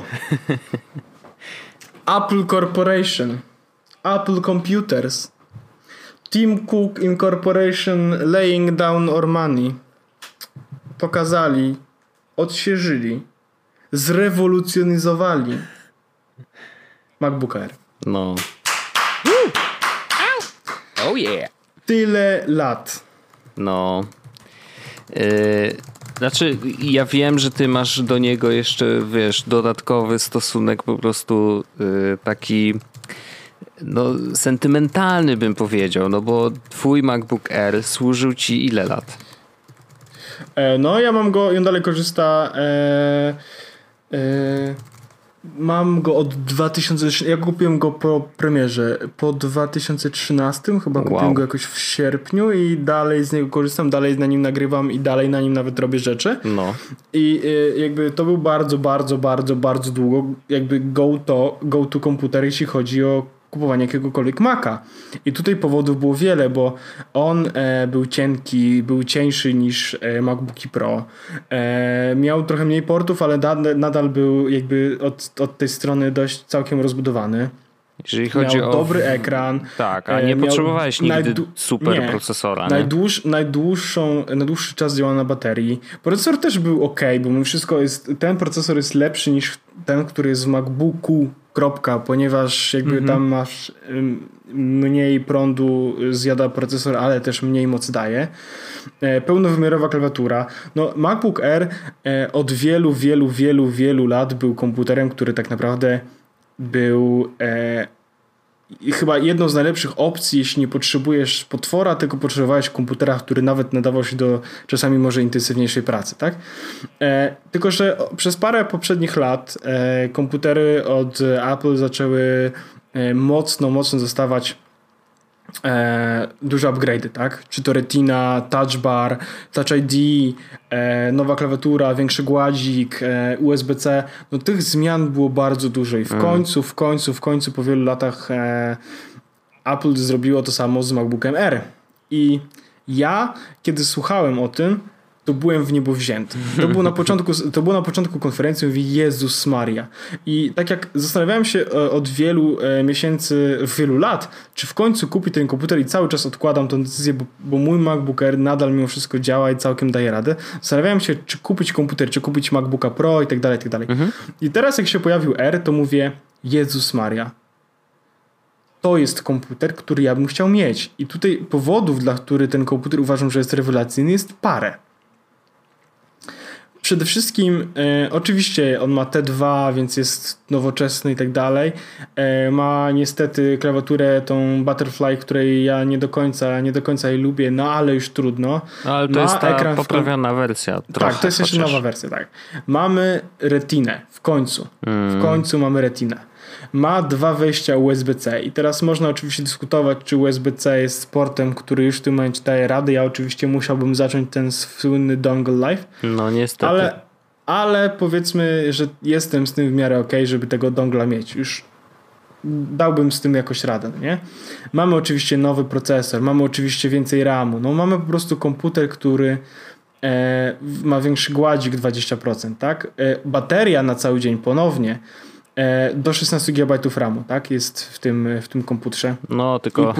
Apple Corporation. Apple Computers. Tim Cook Incorporation laying down our money. Pokazali, odświeżyli, zrewolucjonizowali MacBook Air. No. Oh yeah. Tyle lat. No. Znaczy, ja wiem, że ty masz do niego jeszcze, wiesz, dodatkowy stosunek po prostu taki sentymentalny, bym powiedział, no bo twój MacBook Air służył ci ile lat? No, ja mam go i on dalej korzysta. Mam go od 2013. Ja kupiłem go po premierze. Po 2013 chyba kupiłem go jakoś w sierpniu i dalej z niego korzystam, dalej na nim nagrywam i dalej na nim nawet robię rzeczy. No. I jakby to był bardzo długo jakby go to komputer, jeśli chodzi o kupowanie jakiegokolwiek Maca. I tutaj powodów było wiele, bo on był cienki, był cieńszy niż MacBooki Pro. Miał trochę mniej portów, ale nadal był jakby od tej strony dość całkiem rozbudowany. Jeżeli chodzi miał o dobry ekran. Tak, a nie potrzebowałeś nigdy super procesora. Najdłuższy czas działał na baterii. Procesor też był ok, bo ten procesor jest lepszy niż ten, który jest w MacBooku. Ponieważ jakby tam masz mniej prądu zjada procesor, ale też mniej mocy daje. Pełnowymiarowa klawiatura. No, MacBook Air od wielu lat był komputerem, który tak naprawdę był chyba jedną z najlepszych opcji, jeśli nie potrzebujesz potwora, tylko potrzebowałeś komputera, który nawet nadawał się do czasami może intensywniejszej pracy, tak? Tylko że przez parę poprzednich lat komputery od Apple zaczęły mocno dostawać duże upgrade'y, tak? Czy to Retina, Touch Bar, Touch ID, nowa klawiatura, większy gładzik, USB-C. No tych zmian było bardzo dużo i w końcu po wielu latach Apple zrobiło to samo z MacBookiem Air. I ja, kiedy słuchałem o tym, to byłem w niebo wzięty. To było na początku konferencji, mówię, Jezus Maria. I tak jak zastanawiałem się od wielu miesięcy, wielu lat, czy w końcu kupić ten komputer i cały czas odkładam tę decyzję, bo mój MacBook Air nadal mimo wszystko działa i całkiem daje radę. Zastanawiałem się, czy kupić komputer, czy kupić MacBooka Pro i tak dalej, i tak dalej. I teraz jak się pojawił Air, to mówię, Jezus Maria. To jest komputer, który ja bym chciał mieć. I tutaj powodów, dla których ten komputer uważam, że jest rewelacyjny, jest parę. Przede wszystkim oczywiście on ma T2, więc jest nowoczesny i tak dalej. Ma niestety klawiaturę tą Butterfly, której ja nie do końca jej lubię, no ale już trudno. No, ale to jest ta poprawiona wersja. Trochę, tak, to jest jeszcze nowa wersja, tak. Mamy Retinę w końcu. W końcu mamy Retinę. Ma 2 wejścia USB-C i teraz można oczywiście dyskutować, czy USB-C jest portem, który już w tym momencie daje radę. Ja oczywiście musiałbym zacząć ten słynny dongle life. No niestety. Ale powiedzmy, że jestem z tym w miarę okej, żeby tego dongla mieć. Już dałbym z tym jakoś radę, nie? Mamy oczywiście nowy procesor, mamy oczywiście więcej RAMu. No mamy po prostu komputer, który ma większy gładzik 20%, tak? Bateria na cały dzień ponownie do 16 GB RAMu, tak? Jest w tym komputerze. No, tylko... I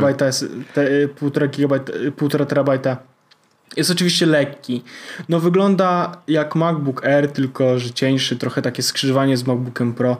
1,5 terabajta jest oczywiście lekki. No wygląda jak MacBook Air, tylko że cieńszy, trochę takie skrzyżowanie z MacBookiem Pro.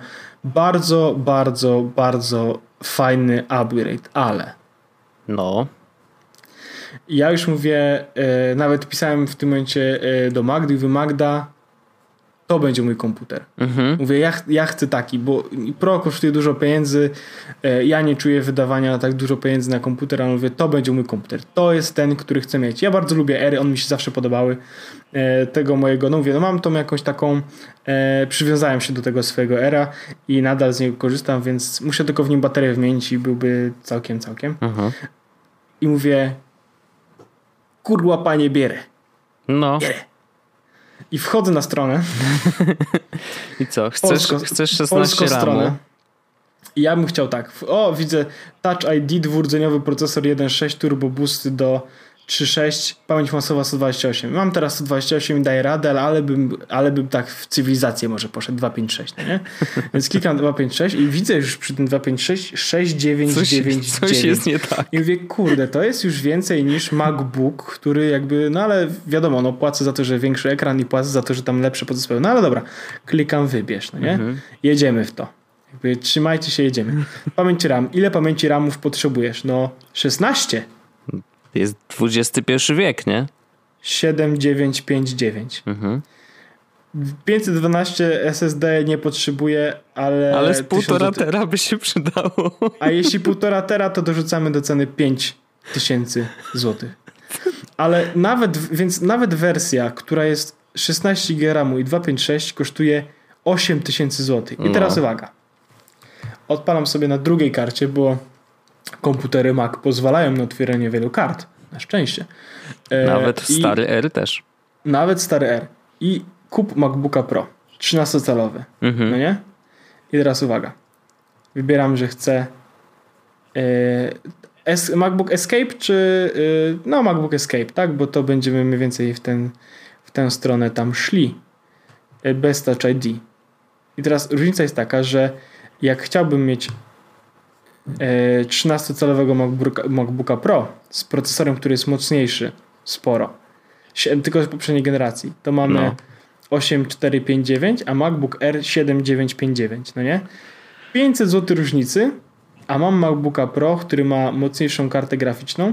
Bardzo fajny upgrade, ale... No... Ja już mówię, nawet pisałem w tym momencie do Magdy, mówię, Magda, to będzie mój komputer. Mówię, ja chcę taki, bo Pro kosztuje dużo pieniędzy, ja nie czuję wydawania tak dużo pieniędzy na komputer, ale mówię, to będzie mój komputer. To jest ten, który chcę mieć. Ja bardzo lubię Ery, one mi się zawsze podobały. Tego mojego, no mówię, no mam tą jakąś taką, przywiązałem się do tego swojego Era i nadal z niego korzystam, więc muszę tylko w nim baterię wymienić i byłby całkiem. I mówię, kurwa panie bierę. No. Bierę. I wchodzę na stronę. I co? Chcesz 16 RAMu? I ja bym chciał tak. Widzę Touch ID, 2-rdzeniowy procesor 1.6 Turbo Boost do 3.6, pamięć masowa 128. Mam teraz 128 i daję radę, ale bym tak w cywilizację może poszedł 256, no nie? Więc klikam 256 i widzę już przy tym 256 6999. Coś jest nie tak. I mówię, kurde, to jest już więcej niż MacBook, który jakby, no ale wiadomo, no płacę za to, że większy ekran i płacę za to, że tam lepsze podzespoły. No ale dobra, klikam wybierz, no nie? Jedziemy w to. Jakby trzymajcie się, jedziemy. Pamięć RAM. Ile pamięci RAMów potrzebujesz? No 16. Jest XXI wiek, nie? 7959. 512 SSD nie potrzebuję, ale z 1,5 tera by się przydało. A jeśli 1,5 tera, to dorzucamy do ceny 5000 zł. Ale nawet wersja, która jest 16 GB RAMu i 256 kosztuje 8000 zł. I teraz uwaga. Odpalam sobie na drugiej karcie, bo komputery Mac pozwalają na otwieranie wielu kart. Na szczęście. Nawet stary R też. Nawet stary R. I kup MacBooka Pro. 13-calowy. No nie? I teraz uwaga. Wybieram, że chcę MacBook Escape czy no MacBook Escape, tak? Bo to będziemy mniej więcej w tę stronę tam szli. Bez Touch ID. I teraz różnica jest taka, że jak chciałbym mieć 13-calowego MacBooka Pro z procesorem, który jest mocniejszy sporo, tylko z poprzedniej generacji, to mamy 8459, a MacBook Air 7959, no nie? 500 zł różnicy, a mam MacBooka Pro, który ma mocniejszą kartę graficzną,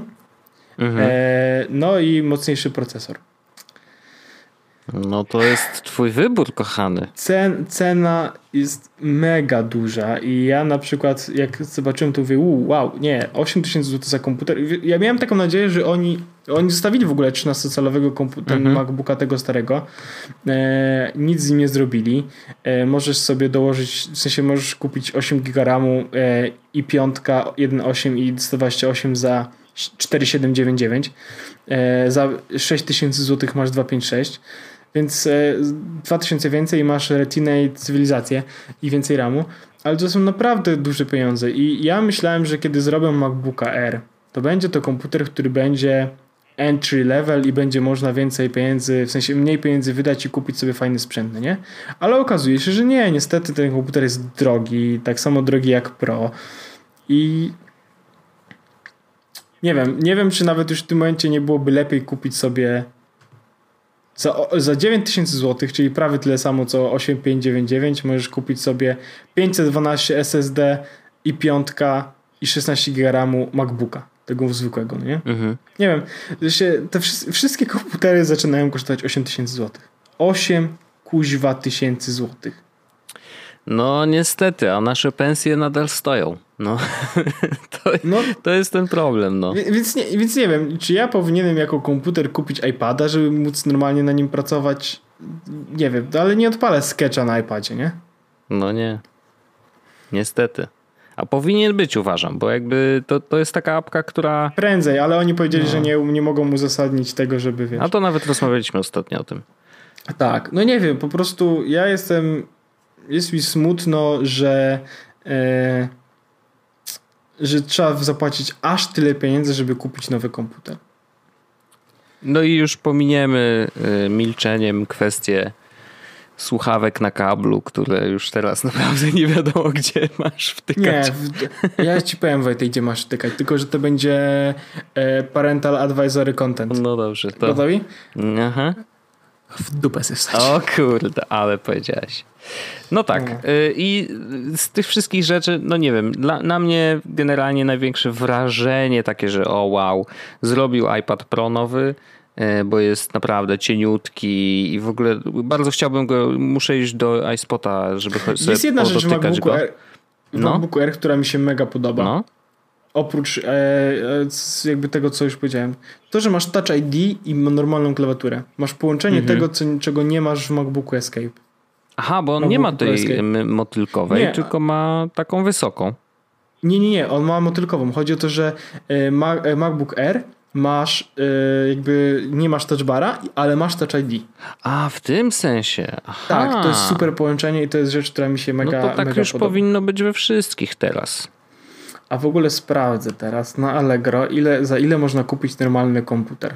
no i mocniejszy procesor. No to jest twój wybór, kochany. Cena jest mega duża i ja na przykład jak zobaczyłem to mówię, wow, nie, 8000 zł za komputer. Ja miałem taką nadzieję, że oni zostawili w ogóle 13-calowego MacBooka tego starego. Nic z nim nie zrobili. Możesz sobie dołożyć, w sensie możesz kupić 8 GB RAMu i piątka 1.8 i 128 za 4799. Za 6000 zł masz 256. Więc 2000 więcej i masz retinę i cywilizację i więcej RAMu. Ale to są naprawdę duże pieniądze. I ja myślałem, że kiedy zrobią MacBooka Air, to będzie to komputer, który będzie entry level i będzie można więcej pieniędzy, w sensie mniej pieniędzy wydać i kupić sobie fajny sprzęt, nie? Ale okazuje się, że nie. Niestety ten komputer jest drogi, tak samo drogi jak Pro. I nie wiem, czy nawet już w tym momencie nie byłoby lepiej kupić sobie za 9000 zł, czyli prawie tyle samo co 8599, możesz kupić sobie 512 SSD i piątka i 16 GB RAMu MacBooka, tego zwykłego, no nie? Nie wiem, te wszystkie komputery zaczynają kosztować 8000 zł. 8000 złotych. No niestety, a nasze pensje nadal stoją. No. To jest ten problem. No. Więc nie wiem, czy ja powinienem jako komputer kupić iPada, żeby móc normalnie na nim pracować? Nie wiem, ale nie odpalę Sketcha na iPadzie, nie? No nie. Niestety. A powinien być, uważam, bo jakby to jest taka apka, która... Prędzej, ale oni powiedzieli, że nie mogą uzasadnić tego, żeby wiesz. A to nawet rozmawialiśmy ostatnio o tym. Tak, no nie wiem, po prostu jest mi smutno, że trzeba zapłacić aż tyle pieniędzy, żeby kupić nowy komputer. No i już pominiemy milczeniem kwestię słuchawek na kablu, które już teraz naprawdę nie wiadomo, gdzie masz wtykać. Nie, ja ci powiem, Wojtek, gdzie masz wtykać, tylko że to będzie Parental Advisory Content. No dobrze. To... Gotowi? Aha. W dupę sobie wstać. O kurde, ale powiedziałeś. No tak. I z tych wszystkich rzeczy, no nie wiem, na mnie generalnie największe wrażenie takie, że o wow, zrobił iPad Pro nowy, bo jest naprawdę cieniutki i w ogóle bardzo chciałbym go, muszę iść do iSpota, żeby sobie jest jedna rzecz w MacBooku Air, która mi się mega podoba. No. Oprócz jakby tego, co już powiedziałem. To, że masz Touch ID i normalną klawiaturę. Masz połączenie tego, czego nie masz w MacBooku Escape. Aha, bo on nie ma tej motylkowej, tylko ma taką wysoką. Nie. On ma motylkową. Chodzi o to, że MacBook Air masz nie masz Touch Bara, ale masz Touch ID. A, w tym sensie. Aha. Tak, to jest super połączenie i to jest rzecz, która mi się mega no to tak mega już podoba. Powinno być we wszystkich teraz. A w ogóle sprawdzę teraz na Allegro, za ile można kupić normalny komputer.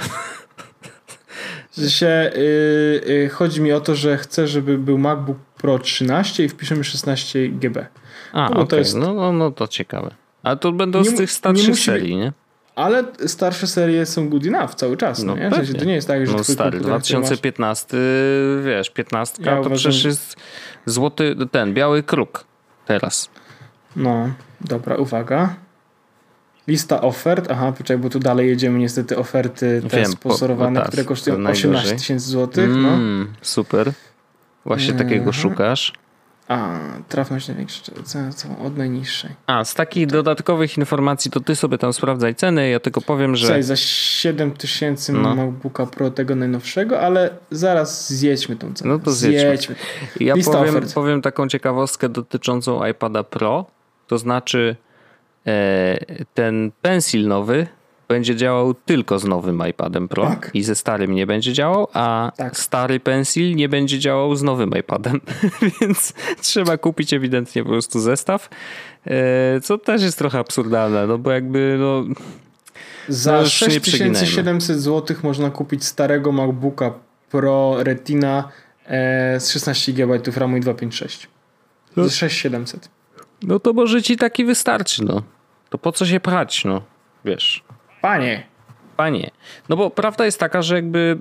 Chodzi mi o to, że chcę, żeby był MacBook Pro 13 i wpiszemy 16 GB. To jest... no to ciekawe. A to będą z tych starszych serii, nie? Ale starsze serie są good enough cały czas. No, nie? W sensie to nie jest tak, że twój stary, 2015, wiesz, 15 to przecież jest złoty, biały kruk teraz. No, dobra, uwaga. Lista ofert. Aha, poczekaj, bo tu dalej jedziemy niestety oferty te sponsorowane, które kosztują 18 tysięcy złotych. Super. Właśnie takiego szukasz. Trafność największa, od najniższej. Z takich dodatkowych informacji to ty sobie tam sprawdzaj ceny, ja tylko powiem, że... Za 7 tysięcy MacBooka Pro tego najnowszego, ale zaraz zjedźmy tą cenę. No to zjedźmy. Ja powiem taką ciekawostkę dotyczącą iPada Pro, to znaczy ten Pencil nowy będzie działał tylko z nowym iPadem Pro i ze starym nie będzie działał, a stary Pencil nie będzie działał z nowym iPadem, więc trzeba kupić ewidentnie po prostu zestaw, co też jest trochę absurdalne, no bo jakby za 6700 zł można kupić starego MacBooka Pro Retina z 16 GB RAMu i 256. Za 6700. No to może ci taki wystarczy, no. To po co się pchać, no. Wiesz. Panie. No bo prawda jest taka, że jakby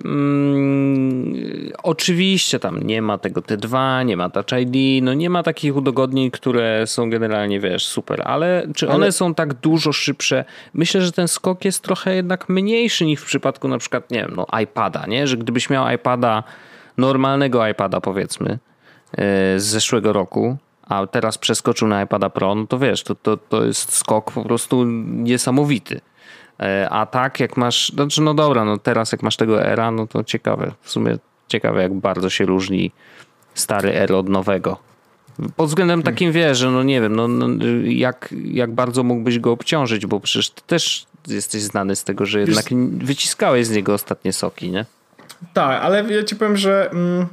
oczywiście tam nie ma tego T2, nie ma Touch ID, no nie ma takich udogodnień, które są generalnie, wiesz, super, ale czy one są tak dużo szybsze? Myślę, że ten skok jest trochę jednak mniejszy niż w przypadku na przykład, nie wiem, iPada, nie? Że gdybyś miał normalnego iPada powiedzmy z zeszłego roku, a teraz przeskoczył na iPada Pro, no to wiesz, to jest skok po prostu niesamowity. A tak jak masz, teraz jak masz tego Era, no to ciekawe, w sumie ciekawe jak bardzo się różni stary R od nowego. Pod względem takim wiesz, że nie wiem, jak bardzo mógłbyś go obciążyć, bo przecież ty też jesteś znany z tego, że jednak wyciskałeś z niego ostatnie soki, nie? Tak, ale ja ci powiem, że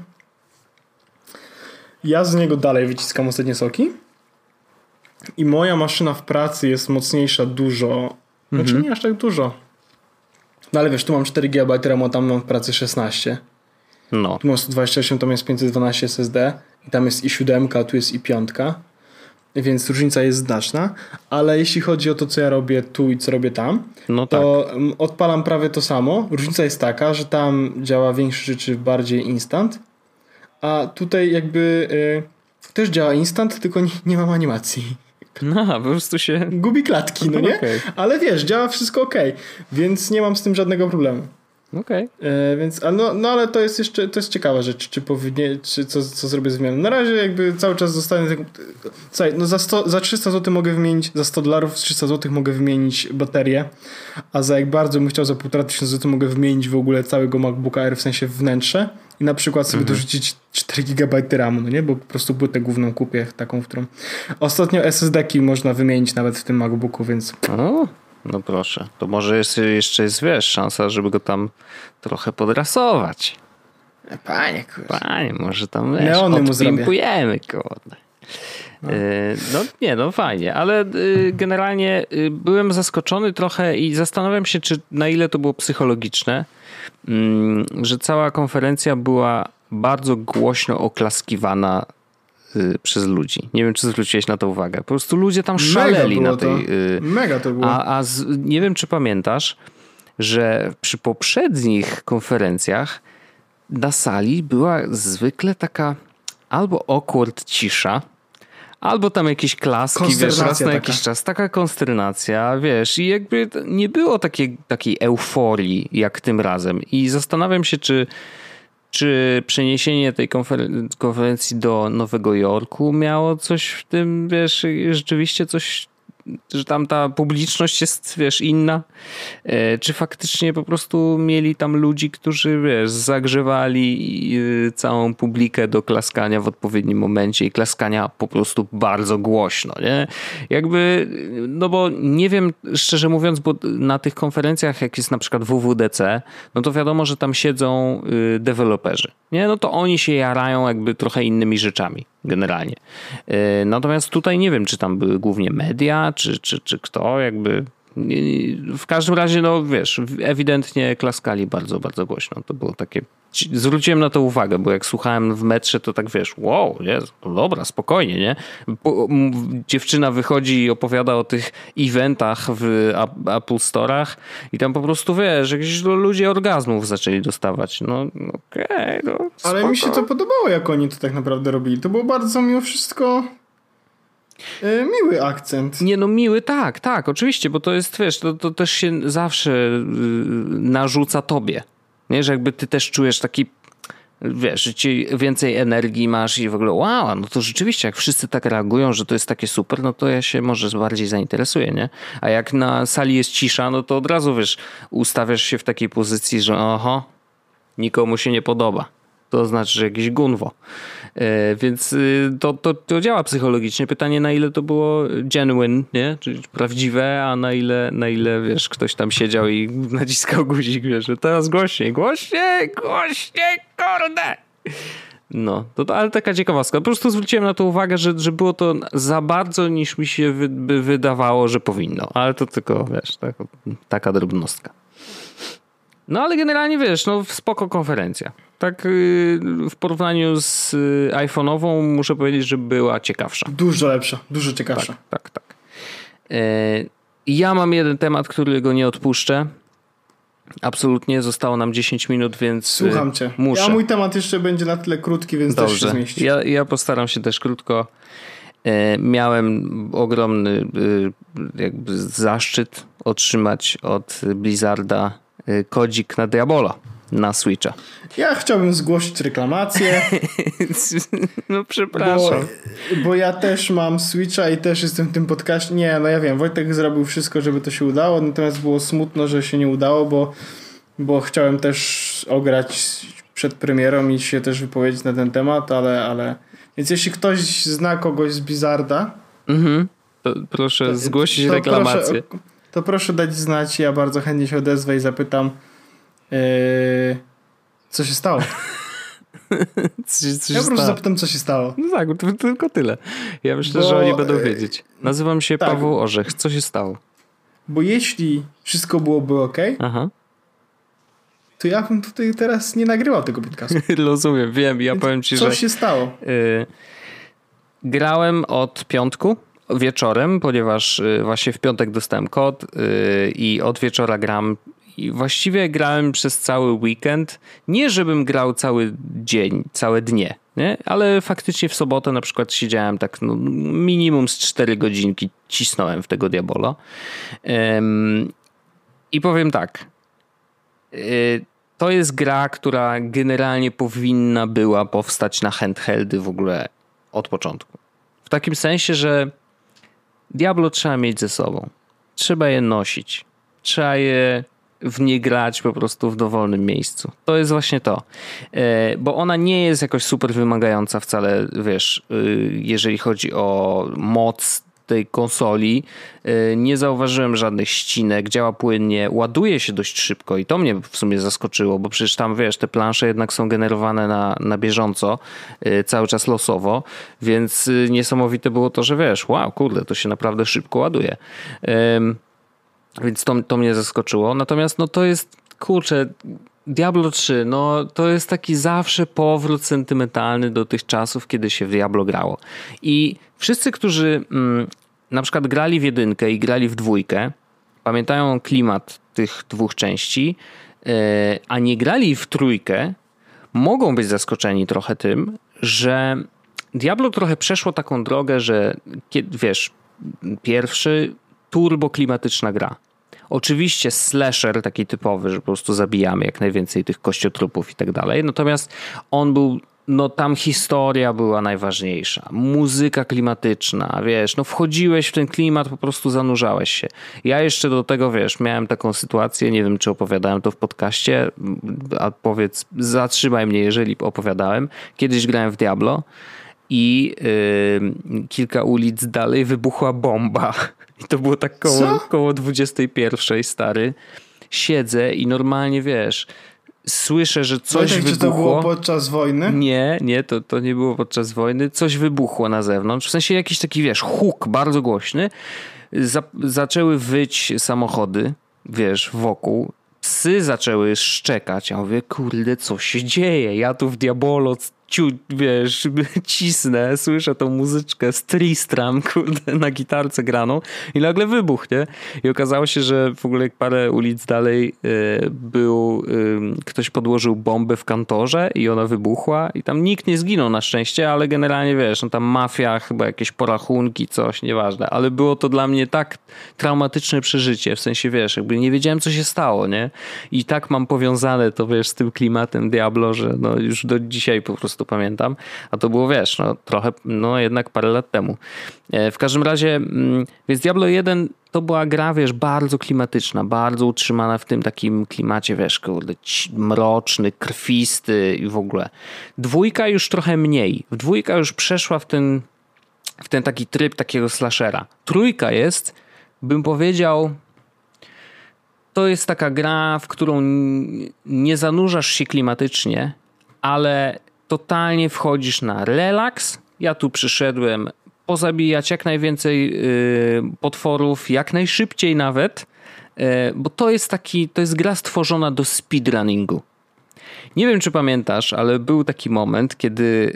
ja z niego dalej wyciskam ostatnie soki i moja maszyna w pracy jest mocniejsza dużo. Znaczy nie aż tak dużo. No ale wiesz, tu mam 4 GB RAMu, a tam mam w pracy 16. No. Tu mam 128, tam jest 512 SSD i tam jest i 7, a tu jest i 5. Więc różnica jest znaczna. Ale jeśli chodzi o to, co ja robię tu i co robię tam, to odpalam prawie to samo. Różnica jest taka, że tam działa większość rzeczy bardziej instant, a tutaj jakby też działa instant, tylko nie mam animacji. Po prostu się... Gubi klatki, no nie? Okay. Ale wiesz, działa wszystko okej. Więc nie mam z tym żadnego problemu. Okej. Więc, ale to jest jeszcze, to jest ciekawa rzecz, czy co zrobię zmianę. Na razie jakby cały czas zostanę... Słuchaj, za 300 zł mogę wymienić, za $100 z 300 zł mogę wymienić baterię, a za jak bardzo bym chciał za 1500 zł mogę wymienić w ogóle całego MacBooka Air, w sensie wnętrze i na przykład sobie dorzucić 4 GB RAMu, no nie? Bo po prostu płytę główną kupię taką, którą... Ostatnio SSD-ki można wymienić nawet w tym MacBooku, więc... No proszę, to może jeszcze jest, wiesz, szansa, żeby go tam trochę podrasować. Panie, kurwa. Panie, może tam, wiesz, odpimpujemy, kurde. Fajnie, ale generalnie byłem zaskoczony trochę i zastanawiam się, czy na ile to było psychologiczne, że cała konferencja była bardzo głośno oklaskiwana przez ludzi. Nie wiem, czy zwróciłeś na to uwagę. Po prostu ludzie tam szaleli na tej... Mega to było. Nie wiem, czy pamiętasz, że przy poprzednich konferencjach na sali była zwykle taka albo awkward cisza, albo tam jakieś klaski, wiesz, raz na jakiś czas. Taka konsternacja, wiesz, i jakby nie było takiej euforii jak tym razem. I zastanawiam się, czy przeniesienie tej konferencji do Nowego Jorku miało coś w tym, wiesz, rzeczywiście coś, że tam ta publiczność jest, wiesz, inna, czy faktycznie po prostu mieli tam ludzi, którzy, wiesz, zagrzewali całą publikę do klaskania w odpowiednim momencie i klaskania po prostu bardzo głośno, nie? Jakby, no bo nie wiem, szczerze mówiąc, bo na tych konferencjach, jak jest na przykład WWDC, no to wiadomo, że tam siedzą deweloperzy, nie? No to oni się jarają jakby trochę innymi rzeczami. generalnie. Natomiast tutaj nie wiem, czy tam były głównie media, czy kto, jakby... W każdym razie, no wiesz, ewidentnie klaskali bardzo, bardzo głośno. To było takie... Zwróciłem na to uwagę, bo jak słuchałem w metrze, to tak wiesz, wow, Jezu, no dobra, spokojnie, nie? Dziewczyna wychodzi i opowiada o tych eventach w Apple Store'ach i tam po prostu, wiesz, jakieś ludzie orgazmów zaczęli dostawać. No okej, no spoko. Ale mi się to podobało, jak oni to tak naprawdę robili. To było bardzo mimo wszystko... miły akcent. Nie, no miły, tak, oczywiście, bo to jest, wiesz, to też się zawsze narzuca tobie. Nie, że jakby ty też czujesz taki, wiesz, że ci więcej energii masz i w ogóle wow, no to rzeczywiście jak wszyscy tak reagują, że to jest takie super, no to ja się może bardziej zainteresuję, nie? A jak na sali jest cisza, no to od razu, wiesz, ustawiasz się w takiej pozycji, że oho, nikomu się nie podoba. To znaczy, że jakieś gunwo. Więc to działa psychologicznie. Pytanie, na ile to było genuine, nie? Czyli prawdziwe, a na ile, wiesz, ktoś tam siedział i naciskał guzik, wiesz, że teraz głośniej, kurde! No, ale taka ciekawostka. Po prostu zwróciłem na to uwagę, że było to za bardzo, niż mi się by wydawało, że powinno. Ale to tylko, wiesz, taka drobnostka. No, ale generalnie, wiesz, no spoko konferencja. Tak w porównaniu z iPhone'ową muszę powiedzieć, że była ciekawsza. Dużo lepsza, dużo ciekawsza. Tak. Ja mam jeden temat, którego nie odpuszczę. Absolutnie, zostało nam 10 minut, więc słucham cię. Muszę. Mój temat jeszcze będzie na tyle krótki, więc dobrze. też się zmieści. Ja postaram się też krótko. Miałem ogromny jakby zaszczyt otrzymać od Blizzarda kodzik na Diabolo na Switcha. Ja chciałbym zgłosić reklamację. No przepraszam. Bo ja też mam Switcha i też jestem w tym podcaście. Nie, no ja wiem, Wojtek zrobił wszystko, żeby to się udało, natomiast było smutno, że się nie udało, bo chciałem też ograć przed premierą i się też wypowiedzieć na ten temat, ale... Więc jeśli ktoś zna kogoś z Blizzarda, to proszę zgłosić reklamację. To proszę dać znać, ja bardzo chętnie się odezwę i zapytam, co się stało. Ja po prostu zapytam, co się stało. No tak, to tylko tyle. Ja myślę, że oni będą wiedzieć. Nazywam się Paweł Orzech. Co się stało? Bo jeśli wszystko byłoby okej, to ja bym tutaj teraz nie nagrywał tego podcastu. Rozumiem, wiem. Ja powiem ci, co się stało? Grałem od piątku wieczorem, ponieważ właśnie w piątek dostałem kod i od wieczora gram. I właściwie grałem przez cały weekend. Nie żebym grał cały dzień, całe dnie, nie? Ale faktycznie w sobotę na przykład siedziałem tak minimum z 4 godzinki cisnąłem w tego Diabolo. I powiem tak. To jest gra, która generalnie powinna była powstać na handheldy w ogóle od początku. W takim sensie, że Diablo trzeba mieć ze sobą. Trzeba je nosić. Trzeba je w nie grać po prostu w dowolnym miejscu. To jest właśnie to. Bo ona nie jest jakoś super wymagająca wcale, wiesz, jeżeli chodzi o moc tej konsoli. Nie zauważyłem żadnych ścinek, działa płynnie, ładuje się dość szybko i to mnie w sumie zaskoczyło, bo przecież tam, wiesz, te plansze jednak są generowane na bieżąco, cały czas losowo, więc niesamowite było to, że wiesz, wow, kurde, to się naprawdę szybko ładuje. Więc to mnie zaskoczyło. Natomiast no to jest, kurczę, Diablo 3, no to jest taki zawsze powrót sentymentalny do tych czasów, kiedy się w Diablo grało. I wszyscy, którzy na przykład grali w 1 i grali w 2, pamiętają klimat tych dwóch części, a nie grali w 3, mogą być zaskoczeni trochę tym, że Diablo trochę przeszło taką drogę, że wiesz, pierwszy turbo klimatyczna gra. Oczywiście slasher taki typowy, że po prostu zabijamy jak najwięcej tych kościotrupów i tak dalej. Natomiast on był, no tam historia była najważniejsza. Muzyka klimatyczna, wiesz, no wchodziłeś w ten klimat, po prostu zanurzałeś się. Ja jeszcze do tego, wiesz, miałem taką sytuację, nie wiem czy opowiadałem to w podcaście, a powiedz, zatrzymaj mnie, jeżeli opowiadałem. Kiedyś grałem w Diablo i kilka ulic dalej wybuchła bomba. I to było tak koło 21, stary. Siedzę i normalnie, wiesz, słyszę, że coś Wojtek, wybuchło. Czy to było podczas wojny? Nie, to nie było podczas wojny. Coś wybuchło na zewnątrz. W sensie jakiś taki, wiesz, huk bardzo głośny. Zaczęły wyć samochody, wiesz, wokół. Psy zaczęły szczekać. Ja mówię, kurde, co się dzieje? Ja tu w Diabolo wiesz, cisnę, słyszę tą muzyczkę z Tristram, kurde, na gitarce graną i nagle wybuch, nie? I okazało się, że w ogóle parę ulic dalej ktoś podłożył bombę w kantorze i ona wybuchła i tam nikt nie zginął na szczęście, ale generalnie, wiesz, no tam mafia, chyba jakieś porachunki, coś, nieważne, ale było to dla mnie tak traumatyczne przeżycie, w sensie, wiesz, jakby nie wiedziałem, co się stało, nie? I tak mam powiązane to, wiesz, z tym klimatem Diablo, że no już do dzisiaj po prostu pamiętam, a to było, wiesz, no trochę, no jednak parę lat temu. W każdym razie, więc Diablo 1 to była gra, wiesz, bardzo klimatyczna, bardzo utrzymana w tym takim klimacie, wiesz, kurde, mroczny, krwisty i w ogóle. 2 już trochę mniej. 2 już przeszła w ten taki tryb takiego slashera. 3 jest, bym powiedział, to jest taka gra, w którą nie zanurzasz się klimatycznie, ale totalnie wchodzisz na relaks. Ja tu przyszedłem pozabijać jak najwięcej potworów, jak najszybciej nawet, bo to jest gra stworzona do speedrunningu. Nie wiem, czy pamiętasz, ale był taki moment, kiedy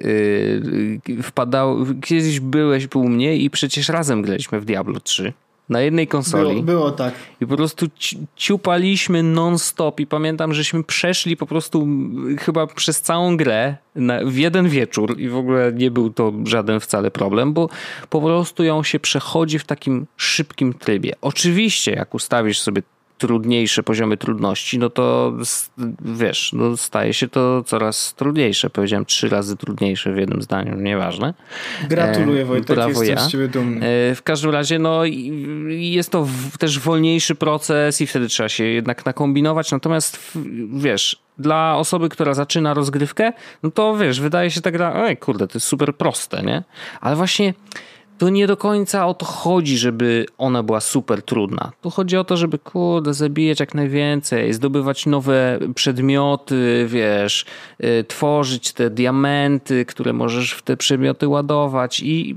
kiedyś byłeś u mnie i przecież razem graliśmy w Diablo 3. Na jednej konsoli. Było tak. I po prostu ciupaliśmy non-stop i pamiętam, żeśmy przeszli po prostu chyba przez całą grę w jeden wieczór i w ogóle nie był to żaden wcale problem, bo po prostu ją się przechodzi w takim szybkim trybie. Oczywiście, jak ustawisz sobie trudniejsze poziomy trudności, no to wiesz, no staje się to coraz trudniejsze. Powiedziałem 3 razy trudniejsze w jednym zdaniu, nieważne. Gratuluję, Wojtek, brawo, jestem z ciebie dumny. W każdym razie, no jest to też wolniejszy proces i wtedy trzeba się jednak nakombinować, natomiast wiesz, dla osoby, która zaczyna rozgrywkę, no to wiesz, wydaje się ta gra, oj kurde, to jest super proste, nie? Ale właśnie to nie do końca o to chodzi, żeby ona była super trudna. Tu chodzi o to, żeby zabijać jak najwięcej, zdobywać nowe przedmioty, wiesz, tworzyć te diamenty, które możesz w te przedmioty ładować i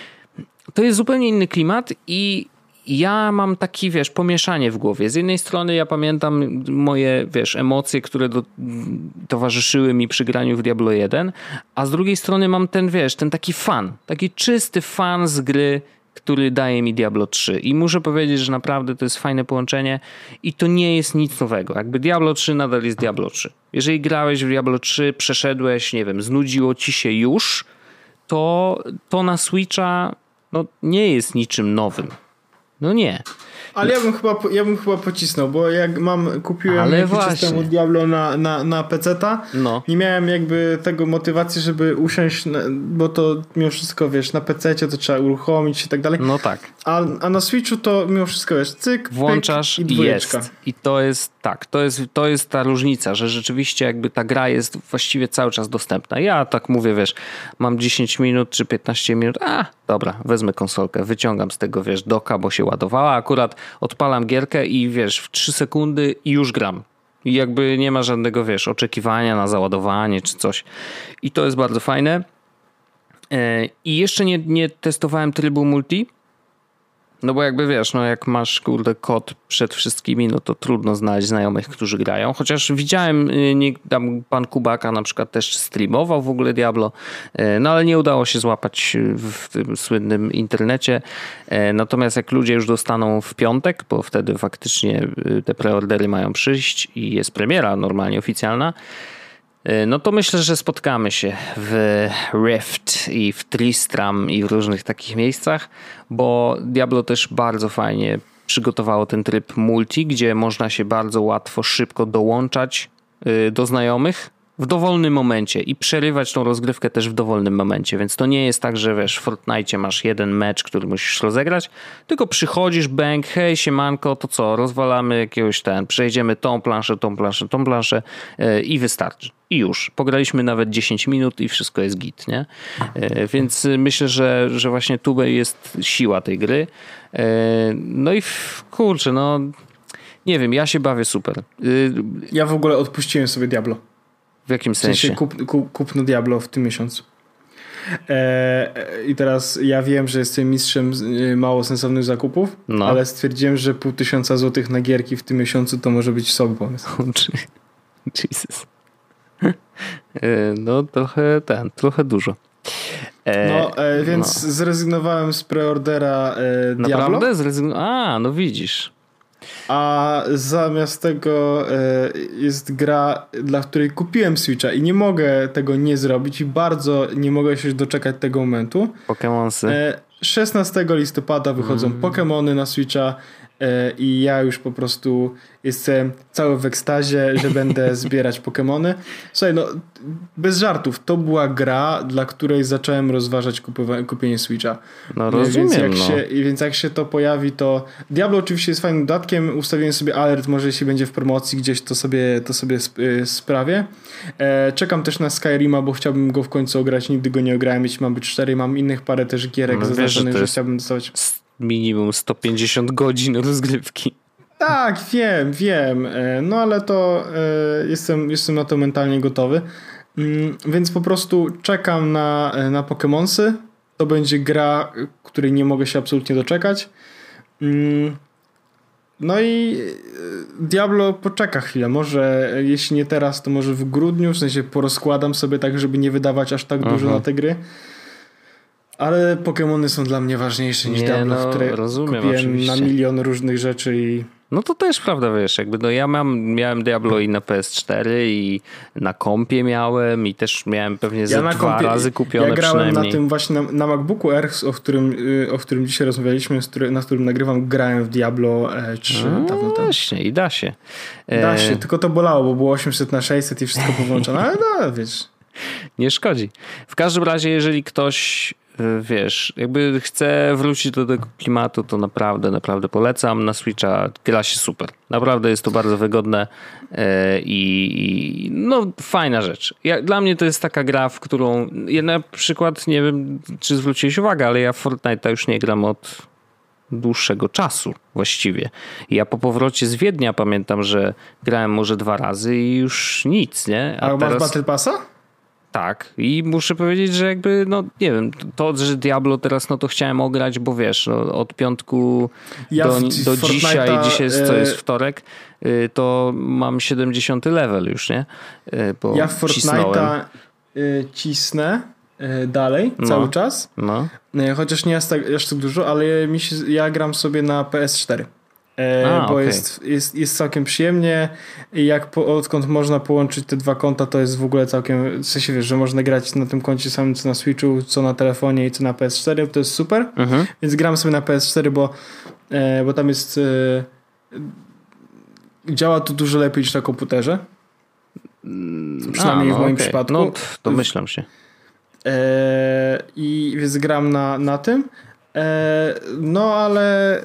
to jest zupełnie inny klimat i ja mam taki, wiesz, pomieszanie w głowie. Z jednej strony ja pamiętam moje, wiesz, emocje, które towarzyszyły mi przy graniu w Diablo 1, a z drugiej strony mam ten, wiesz, ten taki fan, taki czysty fan z gry, który daje mi Diablo 3 i muszę powiedzieć, że naprawdę to jest fajne połączenie i to nie jest nic nowego. Jakby Diablo 3 nadal jest Diablo 3. Jeżeli grałeś w Diablo 3, przeszedłeś, nie wiem, znudziło ci się już, to na Switcha no, nie jest niczym nowym. No nie. Ale ja bym chyba pocisnął, bo jak kupiłem jakiś czas temu Diablo na PC-ta, no. Nie miałem jakby tego motywacji, żeby usiąść, bo to mimo wszystko, wiesz, na PC-cie to trzeba uruchomić i tak dalej. No tak. A na Switchu to mimo wszystko, wiesz, cyk, włączasz pyk i dwójeczka. Jest. I to jest tak, to jest ta różnica, że rzeczywiście jakby ta gra jest właściwie cały czas dostępna. Ja tak mówię, wiesz, mam 10 minut czy 15 minut, dobra, wezmę konsolkę, wyciągam z tego, wiesz, doka, bo się ładowała, akurat odpalam gierkę i wiesz, w 3 sekundy i już gram. I jakby nie ma żadnego, wiesz, oczekiwania na załadowanie czy coś. I to jest bardzo fajne. I jeszcze nie testowałem trybu multi, no bo jakby wiesz, no jak masz kod przed wszystkimi, no to trudno znaleźć znajomych, którzy grają. Chociaż widziałem, tam pan Kubaka na przykład też streamował w ogóle Diablo, no ale nie udało się złapać w tym słynnym internecie. Natomiast jak ludzie już dostaną w piątek, bo wtedy faktycznie te preordery mają przyjść i jest premiera normalnie oficjalna, no to myślę, że spotkamy się w Rift i w Tristram i w różnych takich miejscach, bo Diablo też bardzo fajnie przygotowało ten tryb multi, gdzie można się bardzo łatwo, szybko dołączać do znajomych w dowolnym momencie i przerywać tą rozgrywkę też w dowolnym momencie, więc to nie jest tak, że wiesz, w Fortnite masz jeden mecz, który musisz rozegrać, tylko przychodzisz, bang, hej, siemanko, to co, rozwalamy jakiegoś przejdziemy tą planszę i wystarczy. I już. Pograliśmy nawet 10 minut i wszystko jest git, nie? Więc myślę, że właśnie tu jest siła tej gry. No i kurczę, no Nie wiem, ja się bawię super. Ja w ogóle odpuściłem sobie Diablo. W jakim sensie? Kupno Diablo w tym miesiącu. I teraz ja wiem, że jestem mistrzem mało sensownych zakupów, ale stwierdziłem, że 500 złotych na gierki w tym miesiącu to może być sobie pomysł. Jesus. No trochę dużo. Więc zrezygnowałem z preordera Diablo. Naprawdę? No widzisz. A zamiast tego jest gra, dla której kupiłem Switcha i nie mogę tego nie zrobić i bardzo nie mogę się doczekać tego momentu. Pokemonsy. 16 listopada wychodzą Pokemony na Switcha i ja już po prostu jestem cały w ekstazie, że będę zbierać Pokemony. Słuchaj, no bez żartów, to była gra, dla której zacząłem rozważać kupienie Switcha. No rozumiem, więc jak się to pojawi, to Diablo oczywiście jest fajnym dodatkiem, ustawiłem sobie alert, może jeśli będzie w promocji gdzieś, to sobie sprawię. Czekam też na Skyrima, bo chciałbym go w końcu ograć, nigdy go nie ograłem, jeśli mam być 4, mam innych parę też gierek zaznaczonych, że chciałbym dostawać. Minimum 150 godzin rozgrywki. Tak, wiem. No ale to jestem na to mentalnie gotowy. Więc po prostu czekam na Pokemonsy. To będzie gra, której nie mogę się absolutnie doczekać. No i Diablo poczeka chwilę. Może jeśli nie teraz, to może w grudniu. W sensie porozkładam sobie tak, żeby nie wydawać aż tak dużo na te gry. Ale Pokemony są dla mnie ważniejsze niż Diablo, które kupiłem oczywiście. Na milion różnych rzeczy i... No to też prawda, wiesz, ja miałem Diablo i na PS4 i na kompie miałem i też miałem pewnie dwa razy kupione ja grałem przynajmniej. Na tym właśnie na MacBooku Air, o którym dzisiaj rozmawialiśmy, na którym nagrywam, grałem w Diablo 3 dawno temu. Właśnie i da się. Da się, tylko to bolało, bo było 800x600 i wszystko powłączone, ale no wiesz. Nie szkodzi. W każdym razie, jeżeli ktoś wiesz, jakby chce wrócić do tego klimatu, to naprawdę polecam. Na Switcha gra się super. Naprawdę jest to bardzo wygodne i no fajna rzecz. Dla mnie to jest taka gra, w którą ja na przykład, nie wiem czy zwróciłeś uwagę, ale ja w Fortnite'a już nie gram od dłuższego czasu właściwie. Ja po powrocie z Wiednia pamiętam, że grałem może 2 razy i już nic, nie? A teraz... masz Battle Passa? Tak, i muszę powiedzieć, że jakby, no nie wiem, to, że Diablo teraz, no to chciałem ograć, bo wiesz, no, od piątku do dzisiaj jest, co jest wtorek, to mam 70 level już, nie? Bo ja w Fortnite'a cisnę dalej cały czas, chociaż nie aż tak dużo, ale ja gram sobie na PS4. Bo okay. jest całkiem przyjemnie i odkąd można połączyć te 2 konta, to jest w ogóle całkiem, w sensie wiesz, że można grać na tym koncie samym co na Switchu, co na telefonie i co na PS4, to jest super, więc gram sobie na PS4, bo tam jest działa to dużo lepiej niż na komputerze, przynajmniej w moim przypadku. No, domyślam się. I więc gram na tym, no ale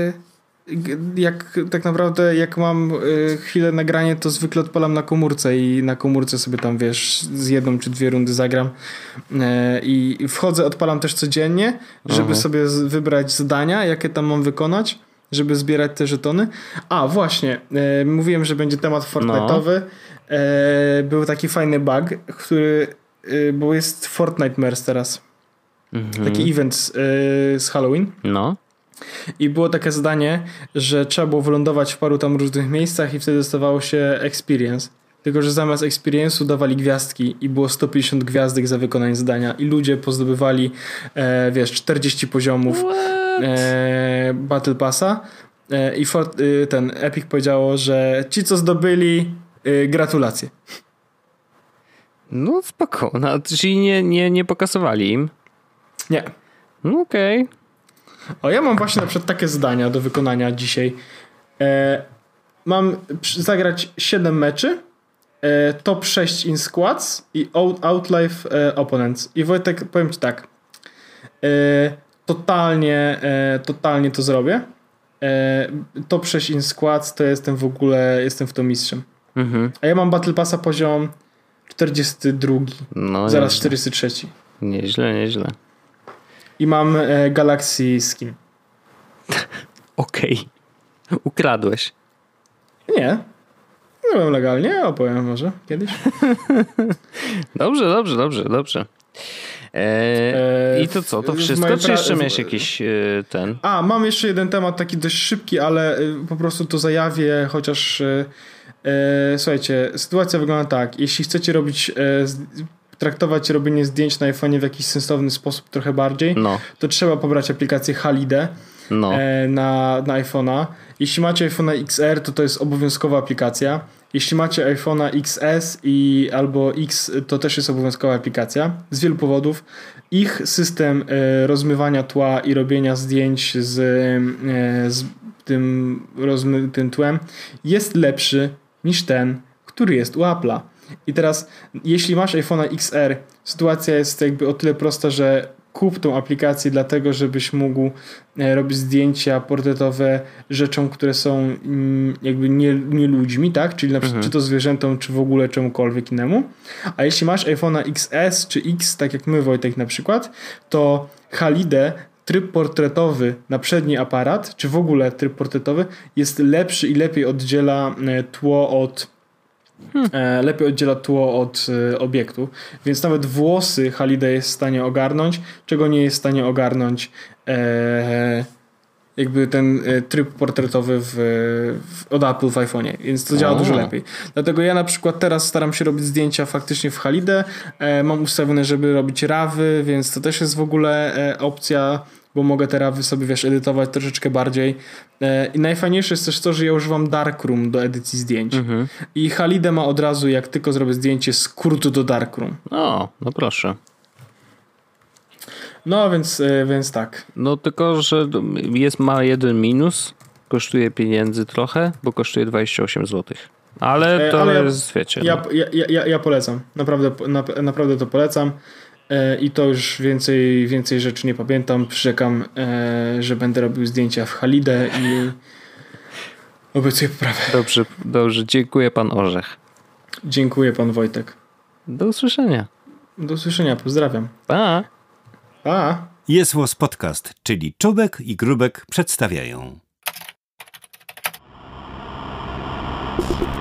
tak naprawdę jak mam chwilę nagranie, to zwykle odpalam na komórce i na komórce sobie tam wiesz z 1 czy 2 rundy zagram i odpalam też codziennie, żeby sobie wybrać zadania, jakie tam mam wykonać, żeby zbierać te żetony. A właśnie, mówiłem, że będzie temat Fortnite'owy. Był taki fajny bug, który bo jest Fortnite Mers teraz, taki event z Halloween. I było takie zadanie, że trzeba było wylądować w paru tam różnych miejscach i wtedy dostawało się experience. Tylko że zamiast experience'u dawali gwiazdki i było 150 gwiazdek za wykonanie zadania i ludzie pozdobywali 40 poziomów Battle Passa i ten Epic powiedziało, że ci co zdobyli gratulacje. No spoko, czyli nie pokasowali im? Nie. No okej. O, ja mam właśnie na przykład takie zadania do wykonania dzisiaj. Mam zagrać 7 meczy, top 6 in squads i outlive opponents. I Wojtek, powiem ci tak, totalnie to zrobię. Top 6 in squads to jestem w to mistrzem. A ja mam Battle Passa poziom 42, zaraz 43. Nieźle. I mam Galaxy Skin. Okej. Ukradłeś. Nie. Nie byłem legalnie, opowiem może kiedyś. Dobrze. I to co? To wszystko? Czy jeszcze miałeś jakiś ten? Mam jeszcze jeden temat taki dość szybki, ale po prostu to zajawię, chociaż słuchajcie, sytuacja wygląda tak. Jeśli chcecie traktować robienie zdjęć na iPhone'ie w jakiś sensowny sposób trochę bardziej, to trzeba pobrać aplikację Halidę na iPhone'a. Jeśli macie iPhone'a XR, to jest obowiązkowa aplikacja. Jeśli macie iPhone'a XS albo X, to też jest obowiązkowa aplikacja. Z wielu powodów. Ich system rozmywania tła i robienia zdjęć z tym tłem jest lepszy niż ten, który jest u Apple'a. I teraz, jeśli masz iPhone'a XR, sytuacja jest jakby o tyle prosta, że kup tą aplikację dlatego, żebyś mógł robić zdjęcia portretowe rzeczom, które są jakby nie ludźmi, tak? Czyli na przykład czy to zwierzętom, czy w ogóle czemukolwiek innemu. A jeśli masz iPhone'a XS czy X, tak jak my, Wojtek, na przykład, to Halidę, tryb portretowy na przedni aparat, czy w ogóle tryb portretowy jest lepszy i lepiej oddziela tło od obiektu, więc nawet włosy Halida jest w stanie ogarnąć, czego nie jest w stanie ogarnąć jakby ten tryb portretowy od Apple w iPhone'ie, więc to działa dużo lepiej. Dlatego ja na przykład teraz staram się robić zdjęcia faktycznie w Halidę, mam ustawione, żeby robić rawy, więc to też jest w ogóle opcja, bo mogę te rawy sobie, edytować troszeczkę bardziej. I najfajniejsze jest też to, że ja używam Darkroom do edycji zdjęć. I Halidę ma od razu, jak tylko zrobię zdjęcie, skrót do Darkroom. No proszę. No, więc tak. No tylko, że ma jeden minus. Kosztuje pieniędzy trochę, bo kosztuje 28 zł. Ale to jest, wiecie. Ja polecam. Naprawdę to polecam. I to już więcej rzeczy nie pamiętam. Przyrzekam, że będę robił zdjęcia w Halidę i obiecuję poprawę. Dobrze. Dziękuję, pan Orzech. Dziękuję, pan Wojtek. Do usłyszenia. Do usłyszenia. Pozdrawiam. Pa. Pa. Jest Was Podcast, czyli Czubek i Grubek przedstawiają.